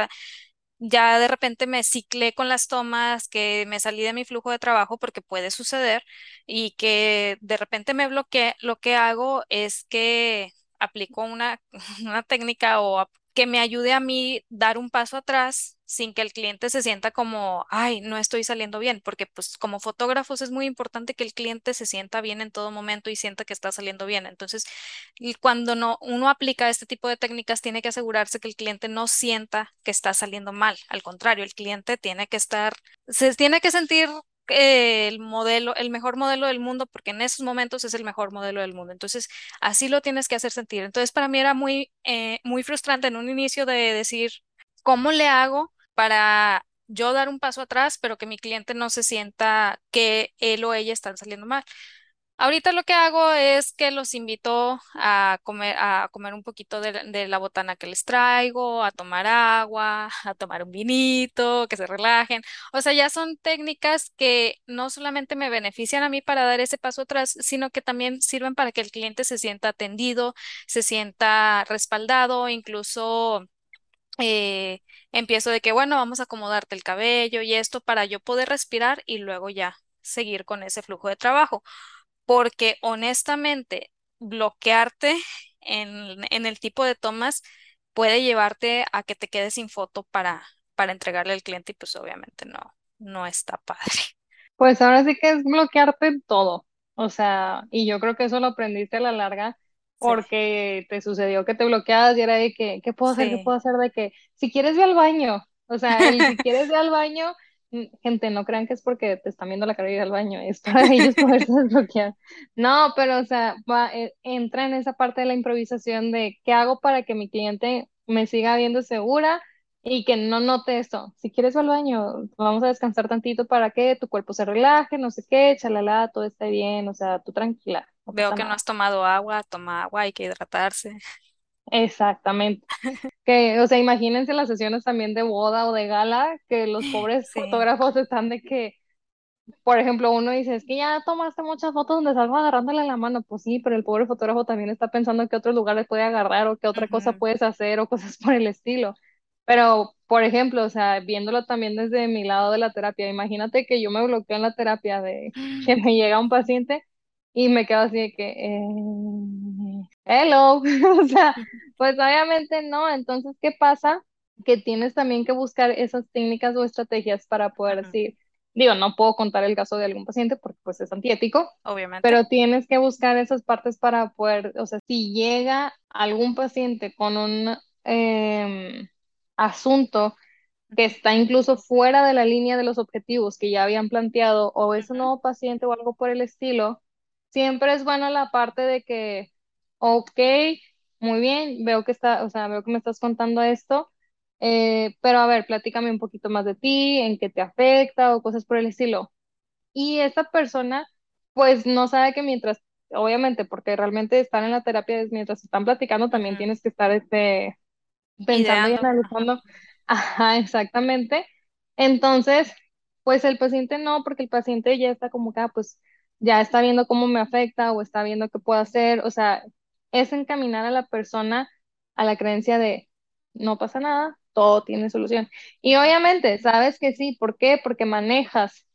ya de repente me ciclé con las tomas, que me salí de mi flujo de trabajo porque puede suceder y que de repente me bloqueé, lo que hago es que aplico una, una técnica que me ayude a mí dar un paso atrás sin que el cliente se sienta como, ay, no estoy saliendo bien, porque pues como fotógrafos es muy importante que el cliente se sienta bien en todo momento y sienta que está saliendo bien. Entonces, y cuando no, uno aplica este tipo de técnicas, tiene que asegurarse que el cliente no sienta que está saliendo mal. Al contrario, el cliente tiene que se tiene que sentir el modelo, el mejor modelo del mundo, porque en esos momentos es el mejor modelo del mundo. Entonces, así lo tienes que hacer sentir. Entonces, para mí era muy frustrante en un inicio de decir, ¿cómo le hago para yo dar un paso atrás, pero que mi cliente no se sienta que él o ella están saliendo mal? Ahorita lo que hago es que los invito a comer un poquito de la botana que les traigo, a tomar agua, a tomar un vinito, que se relajen. O sea, ya son técnicas que no solamente me benefician a mí para dar ese paso atrás, sino que también sirven para que el cliente se sienta atendido, se sienta respaldado, incluso empiezo de que, bueno, vamos a acomodarte el cabello y esto para yo poder respirar y luego ya seguir con ese flujo de trabajo porque honestamente bloquearte en el tipo de tomas puede llevarte a que te quedes sin foto para entregarle al cliente y pues obviamente no está padre. Pues ahora sí que es bloquearte todo. O sea, y yo creo que eso lo aprendiste a la larga Sí, porque te sucedió que te bloqueabas y era de que, ¿qué puedo hacer? ¿Qué sí. puedo hacer? De que, si quieres ve al baño. O sea, el si quieres ve al baño, gente, no crean que es porque te están viendo la cara y ir al baño, es para ellos poderse desbloquear. No, pero o sea, entra en esa parte de la improvisación de qué hago para que mi cliente me siga viendo segura y que no note eso. Si quieres ir al baño, vamos a descansar tantito para que tu cuerpo se relaje, no sé qué, chalala, todo esté bien, o sea, tú tranquila, no Veo pasa que no nada. has tomado agua, toma agua, hay que hidratarse. Exactamente. Que, o sea, imagínense las sesiones también de boda o de gala, que los pobres Sí. fotógrafos están de que, por ejemplo, uno dice, es que ya tomaste muchas fotos donde salgo agarrándole la mano. Pues sí, pero el pobre fotógrafo también está pensando qué otros lugares puede agarrar o qué otra cosa Ujú. puedes hacer o cosas por el estilo. Pero, por ejemplo, o sea, viéndolo también desde mi lado de la terapia, imagínate que yo me bloqueo en la terapia de que me llega un paciente y me quedo así de que, hello, o sea, pues obviamente no. Entonces, ¿qué pasa? Que tienes también que buscar esas técnicas o estrategias para poder Ujú. decir, digo, no puedo contar el caso de algún paciente porque pues es antiético, Obviamente. pero tienes que buscar esas partes para poder, o sea, si llega algún paciente con un asunto que Ujú. está incluso fuera de la línea de los objetivos que ya habían planteado, o es un Ujú. nuevo paciente o algo por el estilo, siempre es buena la parte de que, ok, muy bien, veo que está, o sea, veo que me estás contando esto, pero a ver, platícame un poquito más de ti, en qué te afecta o cosas por el estilo. Y esta persona, pues no sabe que mientras, obviamente, porque realmente están en la terapia, mientras están platicando, también Ujú. tienes que estar pensando y Ideando. Ajá. analizando. Ajá, exactamente. Entonces, pues el paciente no, porque el paciente ya está como que, pues ya está viendo cómo me afecta o está viendo qué puedo hacer. O sea, es encaminar a la persona a la creencia de no pasa nada, todo tiene solución. Y Ujú. obviamente, sabes que sí, ¿por qué? Porque manejas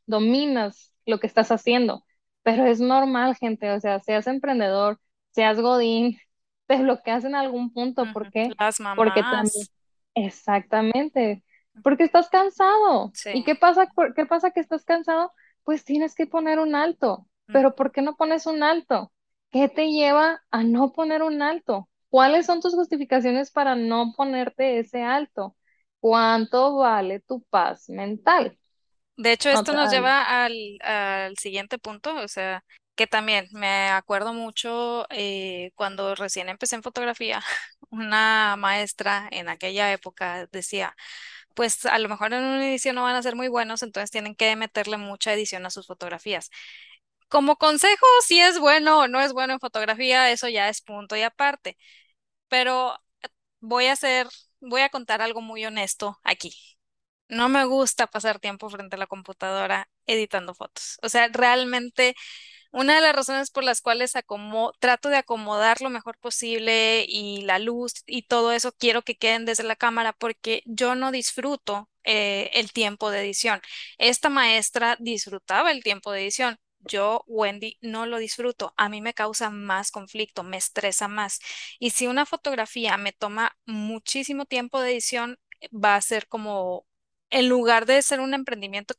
dominas lo que estás haciendo. Pero es normal, gente, o sea, seas emprendedor, seas godín, te bloqueas en algún punto. ¿Por Ujú. qué? Las Porque también, mamás. exactamente, porque estás cansado. ¿Y Sí. qué pasa? ¿Qué pasa que estás cansado? Pues tienes que poner un alto. Pero Ujú. ¿por qué no pones un alto? ¿Qué te lleva a no poner un alto? ¿Cuáles son tus justificaciones para no ponerte ese alto? ¿Cuánto vale tu paz mental? De hecho, esto Otra nos vez. lleva al siguiente punto, o sea, que también me acuerdo mucho cuando recién empecé en fotografía, una maestra en aquella época decía, pues a lo mejor en una edición no van a ser muy buenos, entonces tienen que meterle mucha edición a sus fotografías. Como consejo, si es bueno o no es bueno en fotografía, eso ya es punto y aparte, pero voy a hacer, voy a contar algo muy honesto aquí. No me gusta pasar tiempo frente a la computadora editando fotos. O sea, realmente una de las razones por las cuales trato de acomodar lo mejor posible y la luz y todo eso quiero que queden desde la cámara porque yo no disfruto el tiempo de edición. Esta maestra disfrutaba el tiempo de edición. Yo, Wendy, no lo disfruto. A mí me causa más conflicto, me estresa más. Y si una fotografía me toma muchísimo tiempo de edición, va a ser como, en lugar de ser un emprendimiento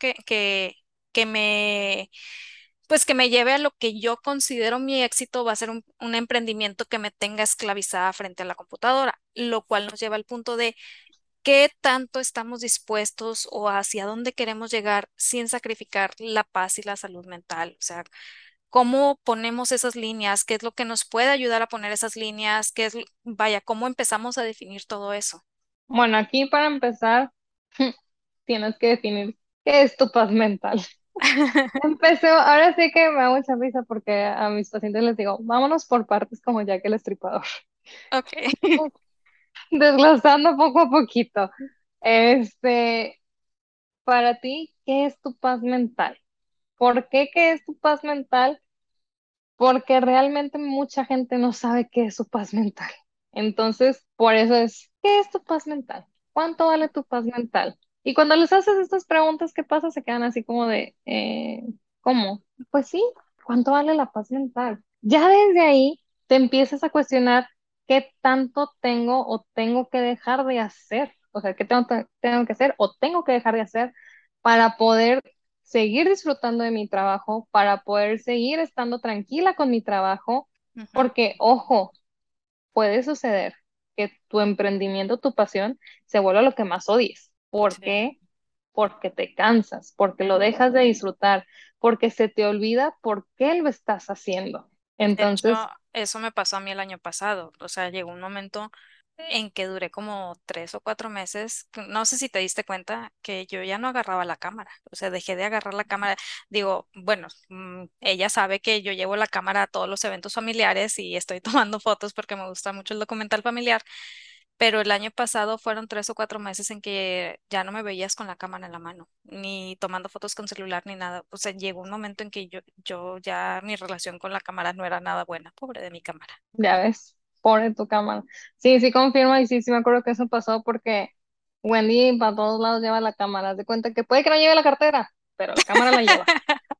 que me pues que me lleve a lo que yo considero mi éxito, va a ser un emprendimiento que me tenga esclavizada frente a la computadora, lo cual nos lleva al punto de qué tanto estamos dispuestos o hacia dónde queremos llegar sin sacrificar la paz y la salud mental. O sea, cómo ponemos esas líneas, qué es lo que nos puede ayudar a poner esas líneas, vaya, cómo empezamos a definir todo eso. Bueno, aquí para empezar, tienes que definir qué es tu paz mental. Empecé, ahora sí que me da mucha risa porque a mis pacientes les digo, vámonos por partes como Jack el Estripador, Ok. desglosando poco a poquito. Este, para ti, ¿qué es tu paz mental? ¿Por qué qué es tu paz mental? Porque realmente mucha gente no sabe qué es su paz mental. Entonces, por eso es, ¿qué es tu paz mental? ¿Cuánto vale tu paz mental? Y cuando les haces estas preguntas, ¿qué pasa? Se quedan así como de, ¿cómo? Pues sí, ¿cuánto vale la paz mental? Ya desde ahí te empiezas a cuestionar qué tanto tengo o tengo que dejar de hacer. O sea, ¿qué tengo que hacer o tengo que dejar de hacer para poder seguir disfrutando de mi trabajo, para poder seguir estando tranquila con mi trabajo? Ujú. Porque, ojo, puede suceder que tu emprendimiento, tu pasión, se vuelva lo que más odies. ¿Por Sí. qué? Porque te cansas, porque lo dejas de disfrutar, porque se te olvida por qué lo estás haciendo. De hecho, Entonces, eso me pasó a mí el año pasado. O sea, llegó un momento en que duré como 3 o 4 meses. No sé si te diste cuenta que yo ya no agarraba la cámara. O sea, dejé de agarrar la cámara. Digo, bueno, ella sabe que yo llevo la cámara a todos los eventos familiares y estoy tomando fotos porque me gusta mucho el documental familiar. Pero el año pasado fueron 3 o 4 meses en que ya no me veías con la cámara en la mano, ni tomando fotos con celular, ni nada. O sea, llegó un momento en que yo ya mi relación con la cámara no era nada buena. Pobre de mi cámara. ya ves, pone tu cámara. Sí, sí confirmo y sí, sí me acuerdo que eso pasó porque Wendy para todos lados lleva la cámara. Haz de cuenta que puede que no lleve la cartera, pero la cámara la lleva.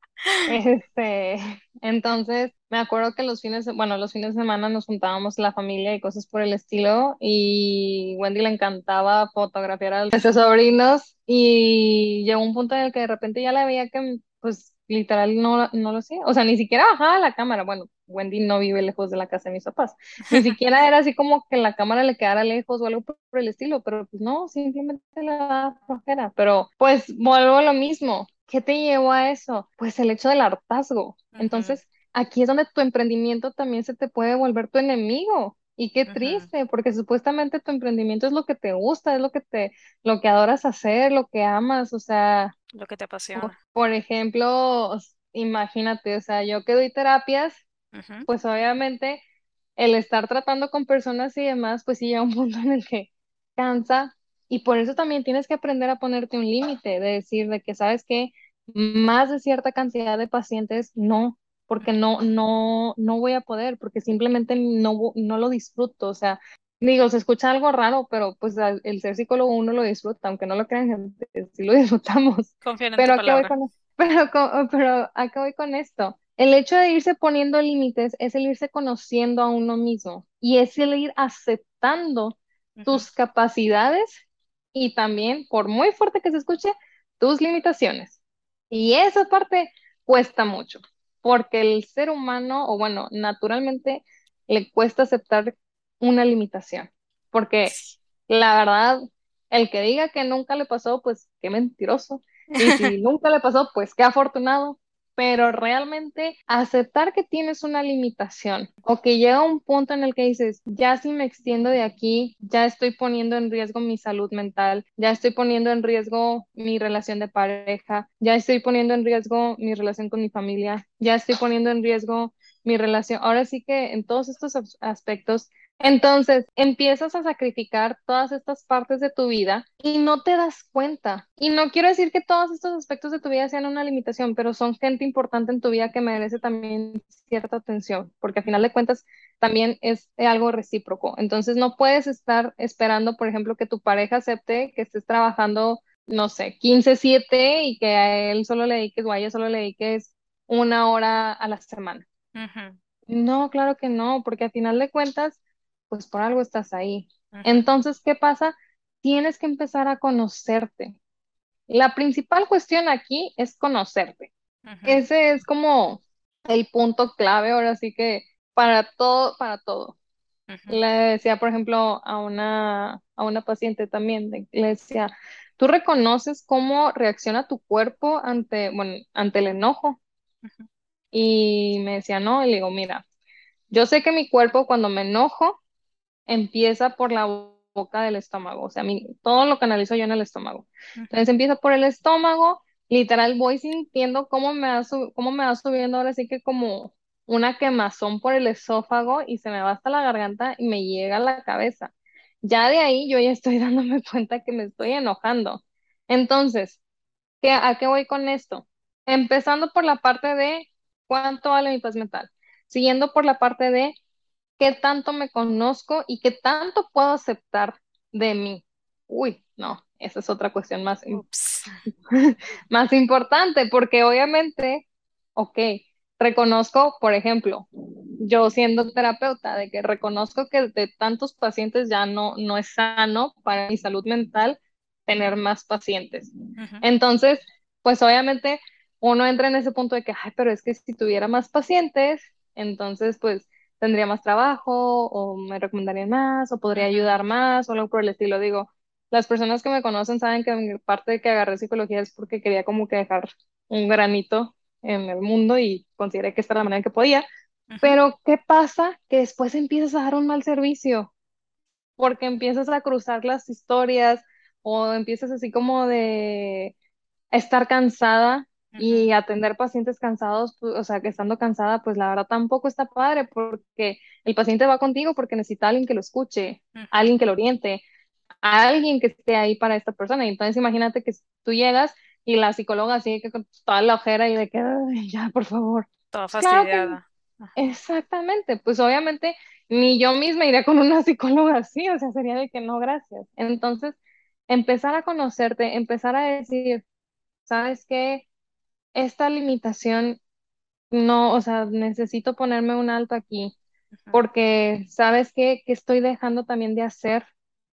Este, entonces, me acuerdo que bueno, los fines de semana nos juntábamos la familia y cosas por el estilo, y Wendy le encantaba fotografiar a nuestros sobrinos, y llegó un punto en el que de repente ya la veía que, pues, literal no lo hacía, o sea, ni siquiera bajaba la cámara. Bueno, Wendy no vive lejos de la casa de mis papás, ni siquiera era así como que la cámara le quedara lejos o algo por el estilo, pero pues no, simplemente la daba flojera. Pero pues vuelvo a lo mismo. ¿Qué te llevó a eso? Pues el hecho del hartazgo. Ujú, Entonces, aquí es donde tu emprendimiento también se te puede volver tu enemigo. Y qué ujú. triste, porque supuestamente tu emprendimiento es lo que te gusta, es lo que adoras hacer, lo que amas. O sea, Lo que te apasiona. por ejemplo, imagínate, o sea, yo que doy terapias, Ujú, pues obviamente el estar tratando con personas y demás, pues sí llega un punto en el que cansa, y por eso también tienes que aprender a ponerte un límite, de decir de que sabes que más de cierta cantidad de pacientes no, porque no voy a poder, porque simplemente no lo disfruto. O sea, Digo, se escucha algo raro, pero pues el ser psicólogo uno lo disfruta, aunque no lo crean, gente, sí lo disfrutamos. Confío en tu Pero ¿a qué voy palabra. con, pero ¿a qué voy con esto? El hecho de irse poniendo límites es el irse conociendo a uno mismo y es el ir aceptando Ujú. tus capacidades y también, por muy fuerte que se escuche, tus limitaciones. Y esa parte cuesta mucho, porque el ser humano, o bueno, naturalmente le cuesta aceptar una limitación, porque la verdad, el que diga que nunca le pasó, pues qué mentiroso, y si nunca le pasó, pues qué afortunado, pero realmente aceptar que tienes una limitación o que llega un punto en el que dices, ya si me extiendo de aquí, ya estoy poniendo en riesgo mi salud mental, ya estoy poniendo en riesgo mi relación de pareja, ya estoy poniendo en riesgo mi relación con mi familia, ya estoy poniendo en riesgo mi relación. Ahora sí que en todos estos aspectos entonces, empiezas a sacrificar todas estas partes de tu vida y no te das cuenta. Y no quiero decir que todos estos aspectos de tu vida sean una limitación, pero son gente importante en tu vida que merece también cierta atención, porque al final de cuentas también es algo recíproco. Entonces, no puedes estar esperando, por ejemplo, que tu pareja acepte que estés trabajando, no sé, 15/7 y que a él solo le dediques o a ella solo le dediques 1 hora a la semana. Ujú, No, claro que no, porque al final de cuentas, pues por algo estás ahí. ujú, Entonces, ¿qué pasa? Tienes que empezar a conocerte. La principal cuestión aquí es conocerte. ujú, Ese es como el punto clave, ahora sí que para todo, para todo. ujú. Le decía, por ejemplo, a una paciente también, le decía, ¿tú reconoces cómo reacciona tu cuerpo ante, bueno, ante el enojo? Ujú. Y me decía, no, y le digo, mira. Yo sé que mi cuerpo cuando me enojo empieza por la boca del estómago, o sea, todo lo canalizo yo en el estómago. Ujú. Entonces empieza por el estómago, literal voy sintiendo cómo me va subiendo ahora sí que como una quemazón por el esófago y se me va hasta la garganta y me llega a la cabeza. Ya de ahí yo ya estoy dándome cuenta que me estoy enojando. Entonces, ¿a qué voy con esto? Empezando por la parte de cuánto vale mi paz mental, siguiendo por la parte de qué tanto me conozco y qué tanto puedo aceptar de mí. Uy, no, esa es otra cuestión más, Ups. más importante, porque obviamente, ok, reconozco, por ejemplo, yo siendo terapeuta, de que reconozco que de tantos pacientes ya no es sano para mi salud mental tener más pacientes. Ujú, Entonces, pues obviamente uno entra en ese punto de que, ay, pero es que si tuviera más pacientes, entonces pues tendría más trabajo o me recomendarían más o podría ujú, ayudar más o algo por el estilo. Digo, las personas que me conocen saben que parte de que agarré psicología es porque quería como que dejar un granito en el mundo y consideré que esta era la manera en que podía. ujú, Pero, ¿qué pasa? Que después empiezas a dar un mal servicio porque empiezas a cruzar las historias o empiezas así como de estar cansada ujú, y atender pacientes cansados, o sea, que estando cansada, pues la verdad tampoco está padre porque el paciente va contigo porque necesita a alguien que lo escuche, a ujú. alguien que lo oriente, a alguien que esté ahí para esta persona. Y entonces imagínate que tú llegas y la psicóloga así que con toda la ojera y de que, "Ay, ya, por favor". Toda Pues claro que, fastidiada. Ajá. exactamente, pues obviamente ni yo misma iría con una psicóloga así, o sea, sería de que no, gracias. Entonces, empezar a conocerte, empezar a decir, ¿sabes qué? Esta limitación no, o sea, necesito ponerme un alto aquí, Ujú, porque ¿sabes qué? Que estoy dejando también de hacer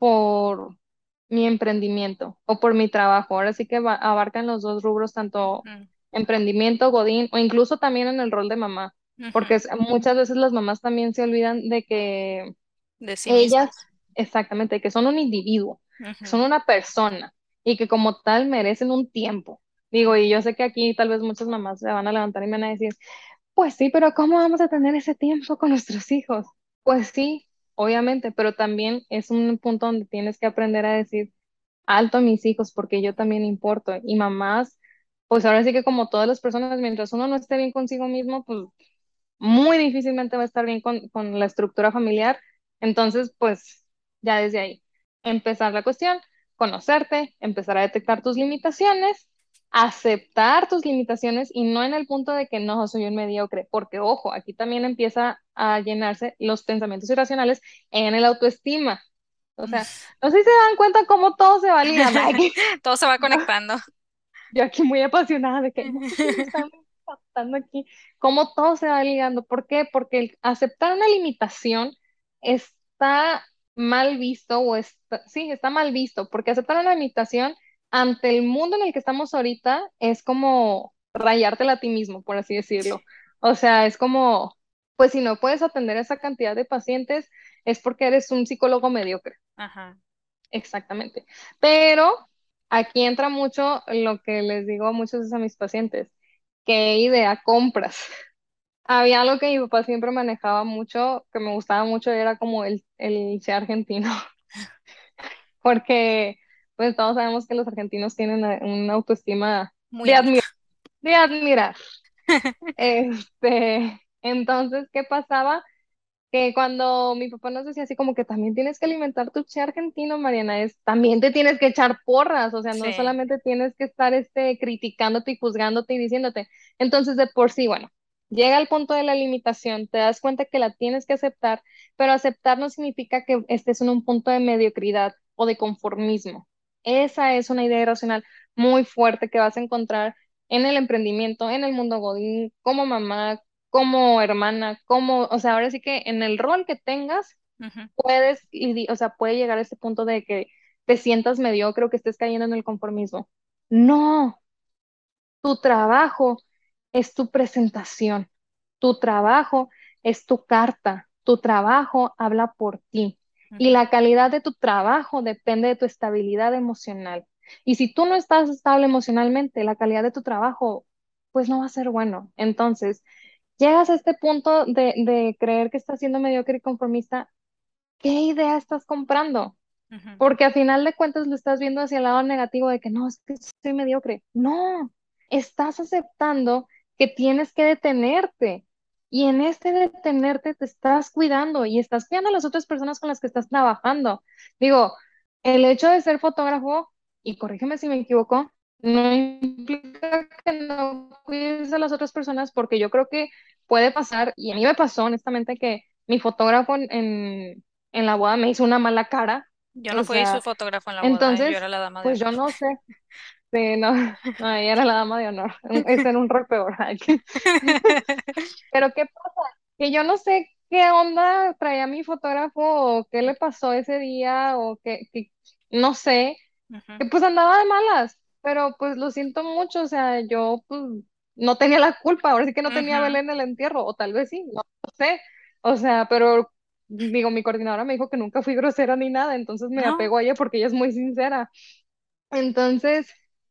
por mi emprendimiento o por mi trabajo. Ahora sí que abarcan los dos rubros, tanto ujú, emprendimiento, godín, o incluso también en el rol de mamá, porque ujú. muchas veces las mamás también se olvidan de que De sí ellas, mismas. exactamente, que son un individuo, que Ujú, son una persona y que como tal merecen un tiempo. Digo, y ujú, yo sé que aquí tal vez muchas mamás se van a levantar y me van a decir, pues sí, pero ¿cómo vamos a tener ese tiempo con nuestros hijos? Pues sí, obviamente, pero también es un punto donde tienes que aprender a decir alto a mis hijos porque yo también importo. Y mamás, pues ahora sí que como todas las personas, mientras uno no esté bien consigo mismo, pues muy difícilmente va a estar bien con la estructura familiar. Entonces, pues ya desde ahí, empezar la cuestión, conocerte, empezar a detectar tus limitaciones aceptar tus limitaciones y no en el punto de que no soy un mediocre, porque ojo, aquí también empieza a llenarse los pensamientos irracionales en el autoestima. O sea, no sé si se dan cuenta cómo todo se va ligando. Ay, Todo se va yo, conectando. yo aquí muy apasionada de que no sé si me están captando aquí, cómo todo se va ligando. ¿Por qué? Porque el aceptar una limitación está mal visto sí, está mal visto, porque aceptar una limitación ante el mundo en el que estamos ahorita es como rayártela a ti mismo, por así decirlo. O sea, es como, pues si no puedes atender a esa cantidad de pacientes, es porque eres un psicólogo mediocre. Ajá. Exactamente. Pero aquí entra mucho lo que les digo a muchos de mis pacientes. ¿Qué idea compras? Había algo que mi papá siempre manejaba mucho, que me gustaba mucho, era como el ser argentino, porque pues todos sabemos que los argentinos tienen una autoestima Muy de alta. admirar, de admirar. Entonces, ¿qué pasaba? Que cuando mi papá nos decía así como que también tienes que alimentar tu che argentino, Mariana, también te tienes que echar porras, o sea, no Sí. solamente tienes que estar criticándote y juzgándote y diciéndote. Entonces, de por sí, bueno, llega al punto de la limitación, te das cuenta que la tienes que aceptar, pero aceptar no significa que estés en un punto de mediocridad o de conformismo. Esa es una idea irracional muy fuerte que vas a encontrar en el emprendimiento, en el mundo godín, como mamá, como hermana, como, o sea, ahora sí que en el rol que tengas, Ujú, puedes, o sea, puede llegar a ese punto de que te sientas mediocre o que estés cayendo en el conformismo. No, tu trabajo es tu presentación, tu trabajo es tu carta, tu trabajo habla por ti y ujú, la calidad de tu trabajo depende de tu estabilidad emocional. Y si tú no estás estable emocionalmente, la calidad de tu trabajo, pues no va a ser bueno. Entonces, llegas a este punto de creer que estás siendo mediocre y conformista, ¿qué idea estás comprando? ujú, Porque a final de cuentas lo estás viendo hacia el lado negativo de que no, es que soy mediocre. No, estás aceptando que tienes que detenerte. Y en este detenerte te estás cuidando y estás cuidando a las otras personas con las que estás trabajando. Digo, el hecho de ser fotógrafo, y corrígeme si me equivoco, no implica que no cuides a las otras personas porque yo creo que puede pasar, y a mí me pasó honestamente que mi fotógrafo en la boda me hizo una mala cara. Yo no O fui su sea, fotógrafo en la boda, yo entonces, era la dama de pues yo honor. no sé, no, no, ella era la dama de honor, ese era un rol peor. Ay, pero ¿qué pasa? Que yo no sé qué onda traía mi fotógrafo o qué le pasó ese día o no sé, Ujú, que pues andaba de malas, pero pues lo siento mucho, o sea, yo pues no tenía la culpa, ahora sí que no tenía ujú. Belén en el entierro, o tal vez sí, no sé, o sea, pero digo, mi coordinadora me dijo que nunca fui grosera ni nada, entonces me No, apego a ella porque ella es muy sincera. Entonces,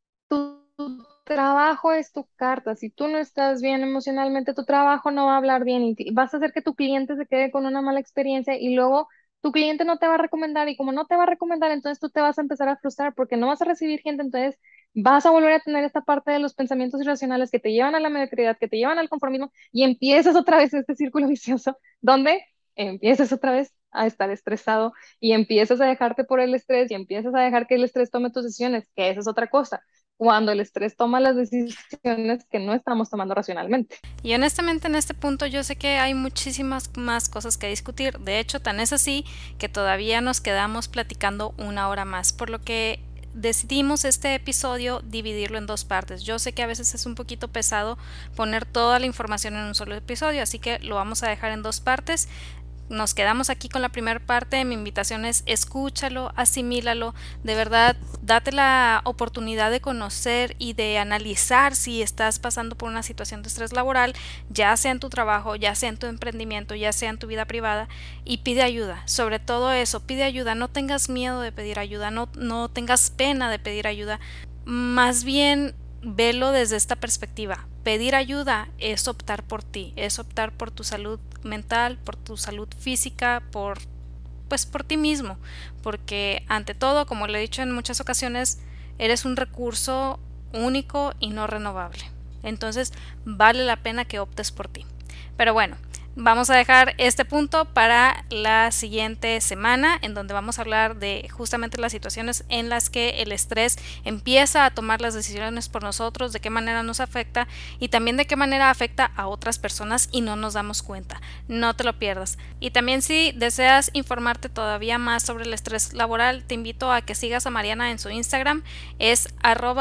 tu trabajo es tu carta. Si tú no estás bien emocionalmente, tu trabajo no va a hablar bien y vas a hacer que tu cliente se quede con una mala experiencia y luego tu cliente no te va a recomendar y como no te va a recomendar, entonces tú te vas a empezar a frustrar porque no vas a recibir gente, entonces vas a volver a tener esta parte de los pensamientos irracionales que te llevan a la mediocridad, que te llevan al conformismo y empiezas otra vez este círculo vicioso donde empiezas otra vez a estar estresado y empiezas a dejarte por el estrés y empiezas a dejar que el estrés tome tus decisiones, que esa es otra cosa cuando el estrés toma las decisiones que no estamos tomando racionalmente. y honestamente en este punto yo sé que hay muchísimas más cosas que discutir. De hecho, tan es así que todavía nos quedamos platicando una hora más, por lo que decidimos este episodio dividirlo en dos partes. Yo sé que a veces es un poquito pesado poner toda la información en un solo episodio, así que lo vamos a dejar en dos partes. Nos quedamos aquí con la primera parte. Mi invitación es escúchalo, asimílalo, de verdad, date la oportunidad de conocer y de analizar si estás pasando por una situación de estrés laboral, ya sea en tu trabajo, ya sea en tu emprendimiento, ya sea en tu vida privada, y pide ayuda. Sobre todo eso, pide ayuda, no tengas miedo de pedir ayuda, no tengas pena de pedir ayuda, más bien velo desde esta perspectiva. Pedir ayuda es optar por ti, es optar por tu salud mental, por tu salud física, pues por ti mismo, porque ante todo, como le he dicho en muchas ocasiones, eres un recurso único y no renovable. Entonces, vale la pena que optes por ti. Pero bueno, Vamos a dejar este punto para la siguiente semana, en donde vamos a hablar de justamente las situaciones en las que el estrés empieza a tomar las decisiones por nosotros, de qué manera nos afecta y también de qué manera afecta a otras personas y no nos damos cuenta. No te lo pierdas. Y también, si deseas informarte todavía más sobre el estrés laboral, te invito a que sigas a Mariana en su Instagram, es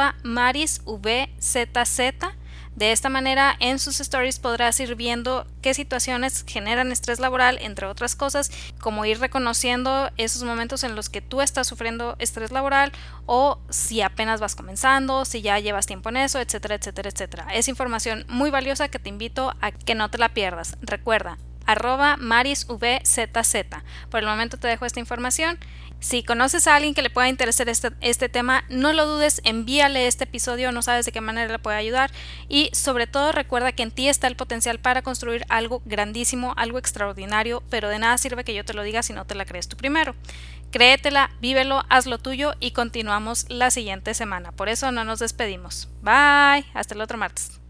@marisvzz. De esta manera, en sus stories podrás ir viendo qué situaciones generan estrés laboral, entre otras cosas, como ir reconociendo esos momentos en los que tú estás sufriendo estrés laboral, o si apenas vas comenzando, si ya llevas tiempo en eso, etcétera, etcétera, etcétera. Es información muy valiosa que te invito a que no te la pierdas. Recuerda, @marisvzz. Por el momento te dejo esta información. Si conoces a alguien que le pueda interesar este tema, no lo dudes, envíale este episodio, no sabes de qué manera le puede ayudar, y sobre todo recuerda que en ti está el potencial para construir algo grandísimo, algo extraordinario, pero de nada sirve que yo te lo diga si no te la crees tú primero. Créetela, vívelo, haz lo tuyo y continuamos la siguiente semana. Por eso no nos despedimos. Bye, hasta el otro martes.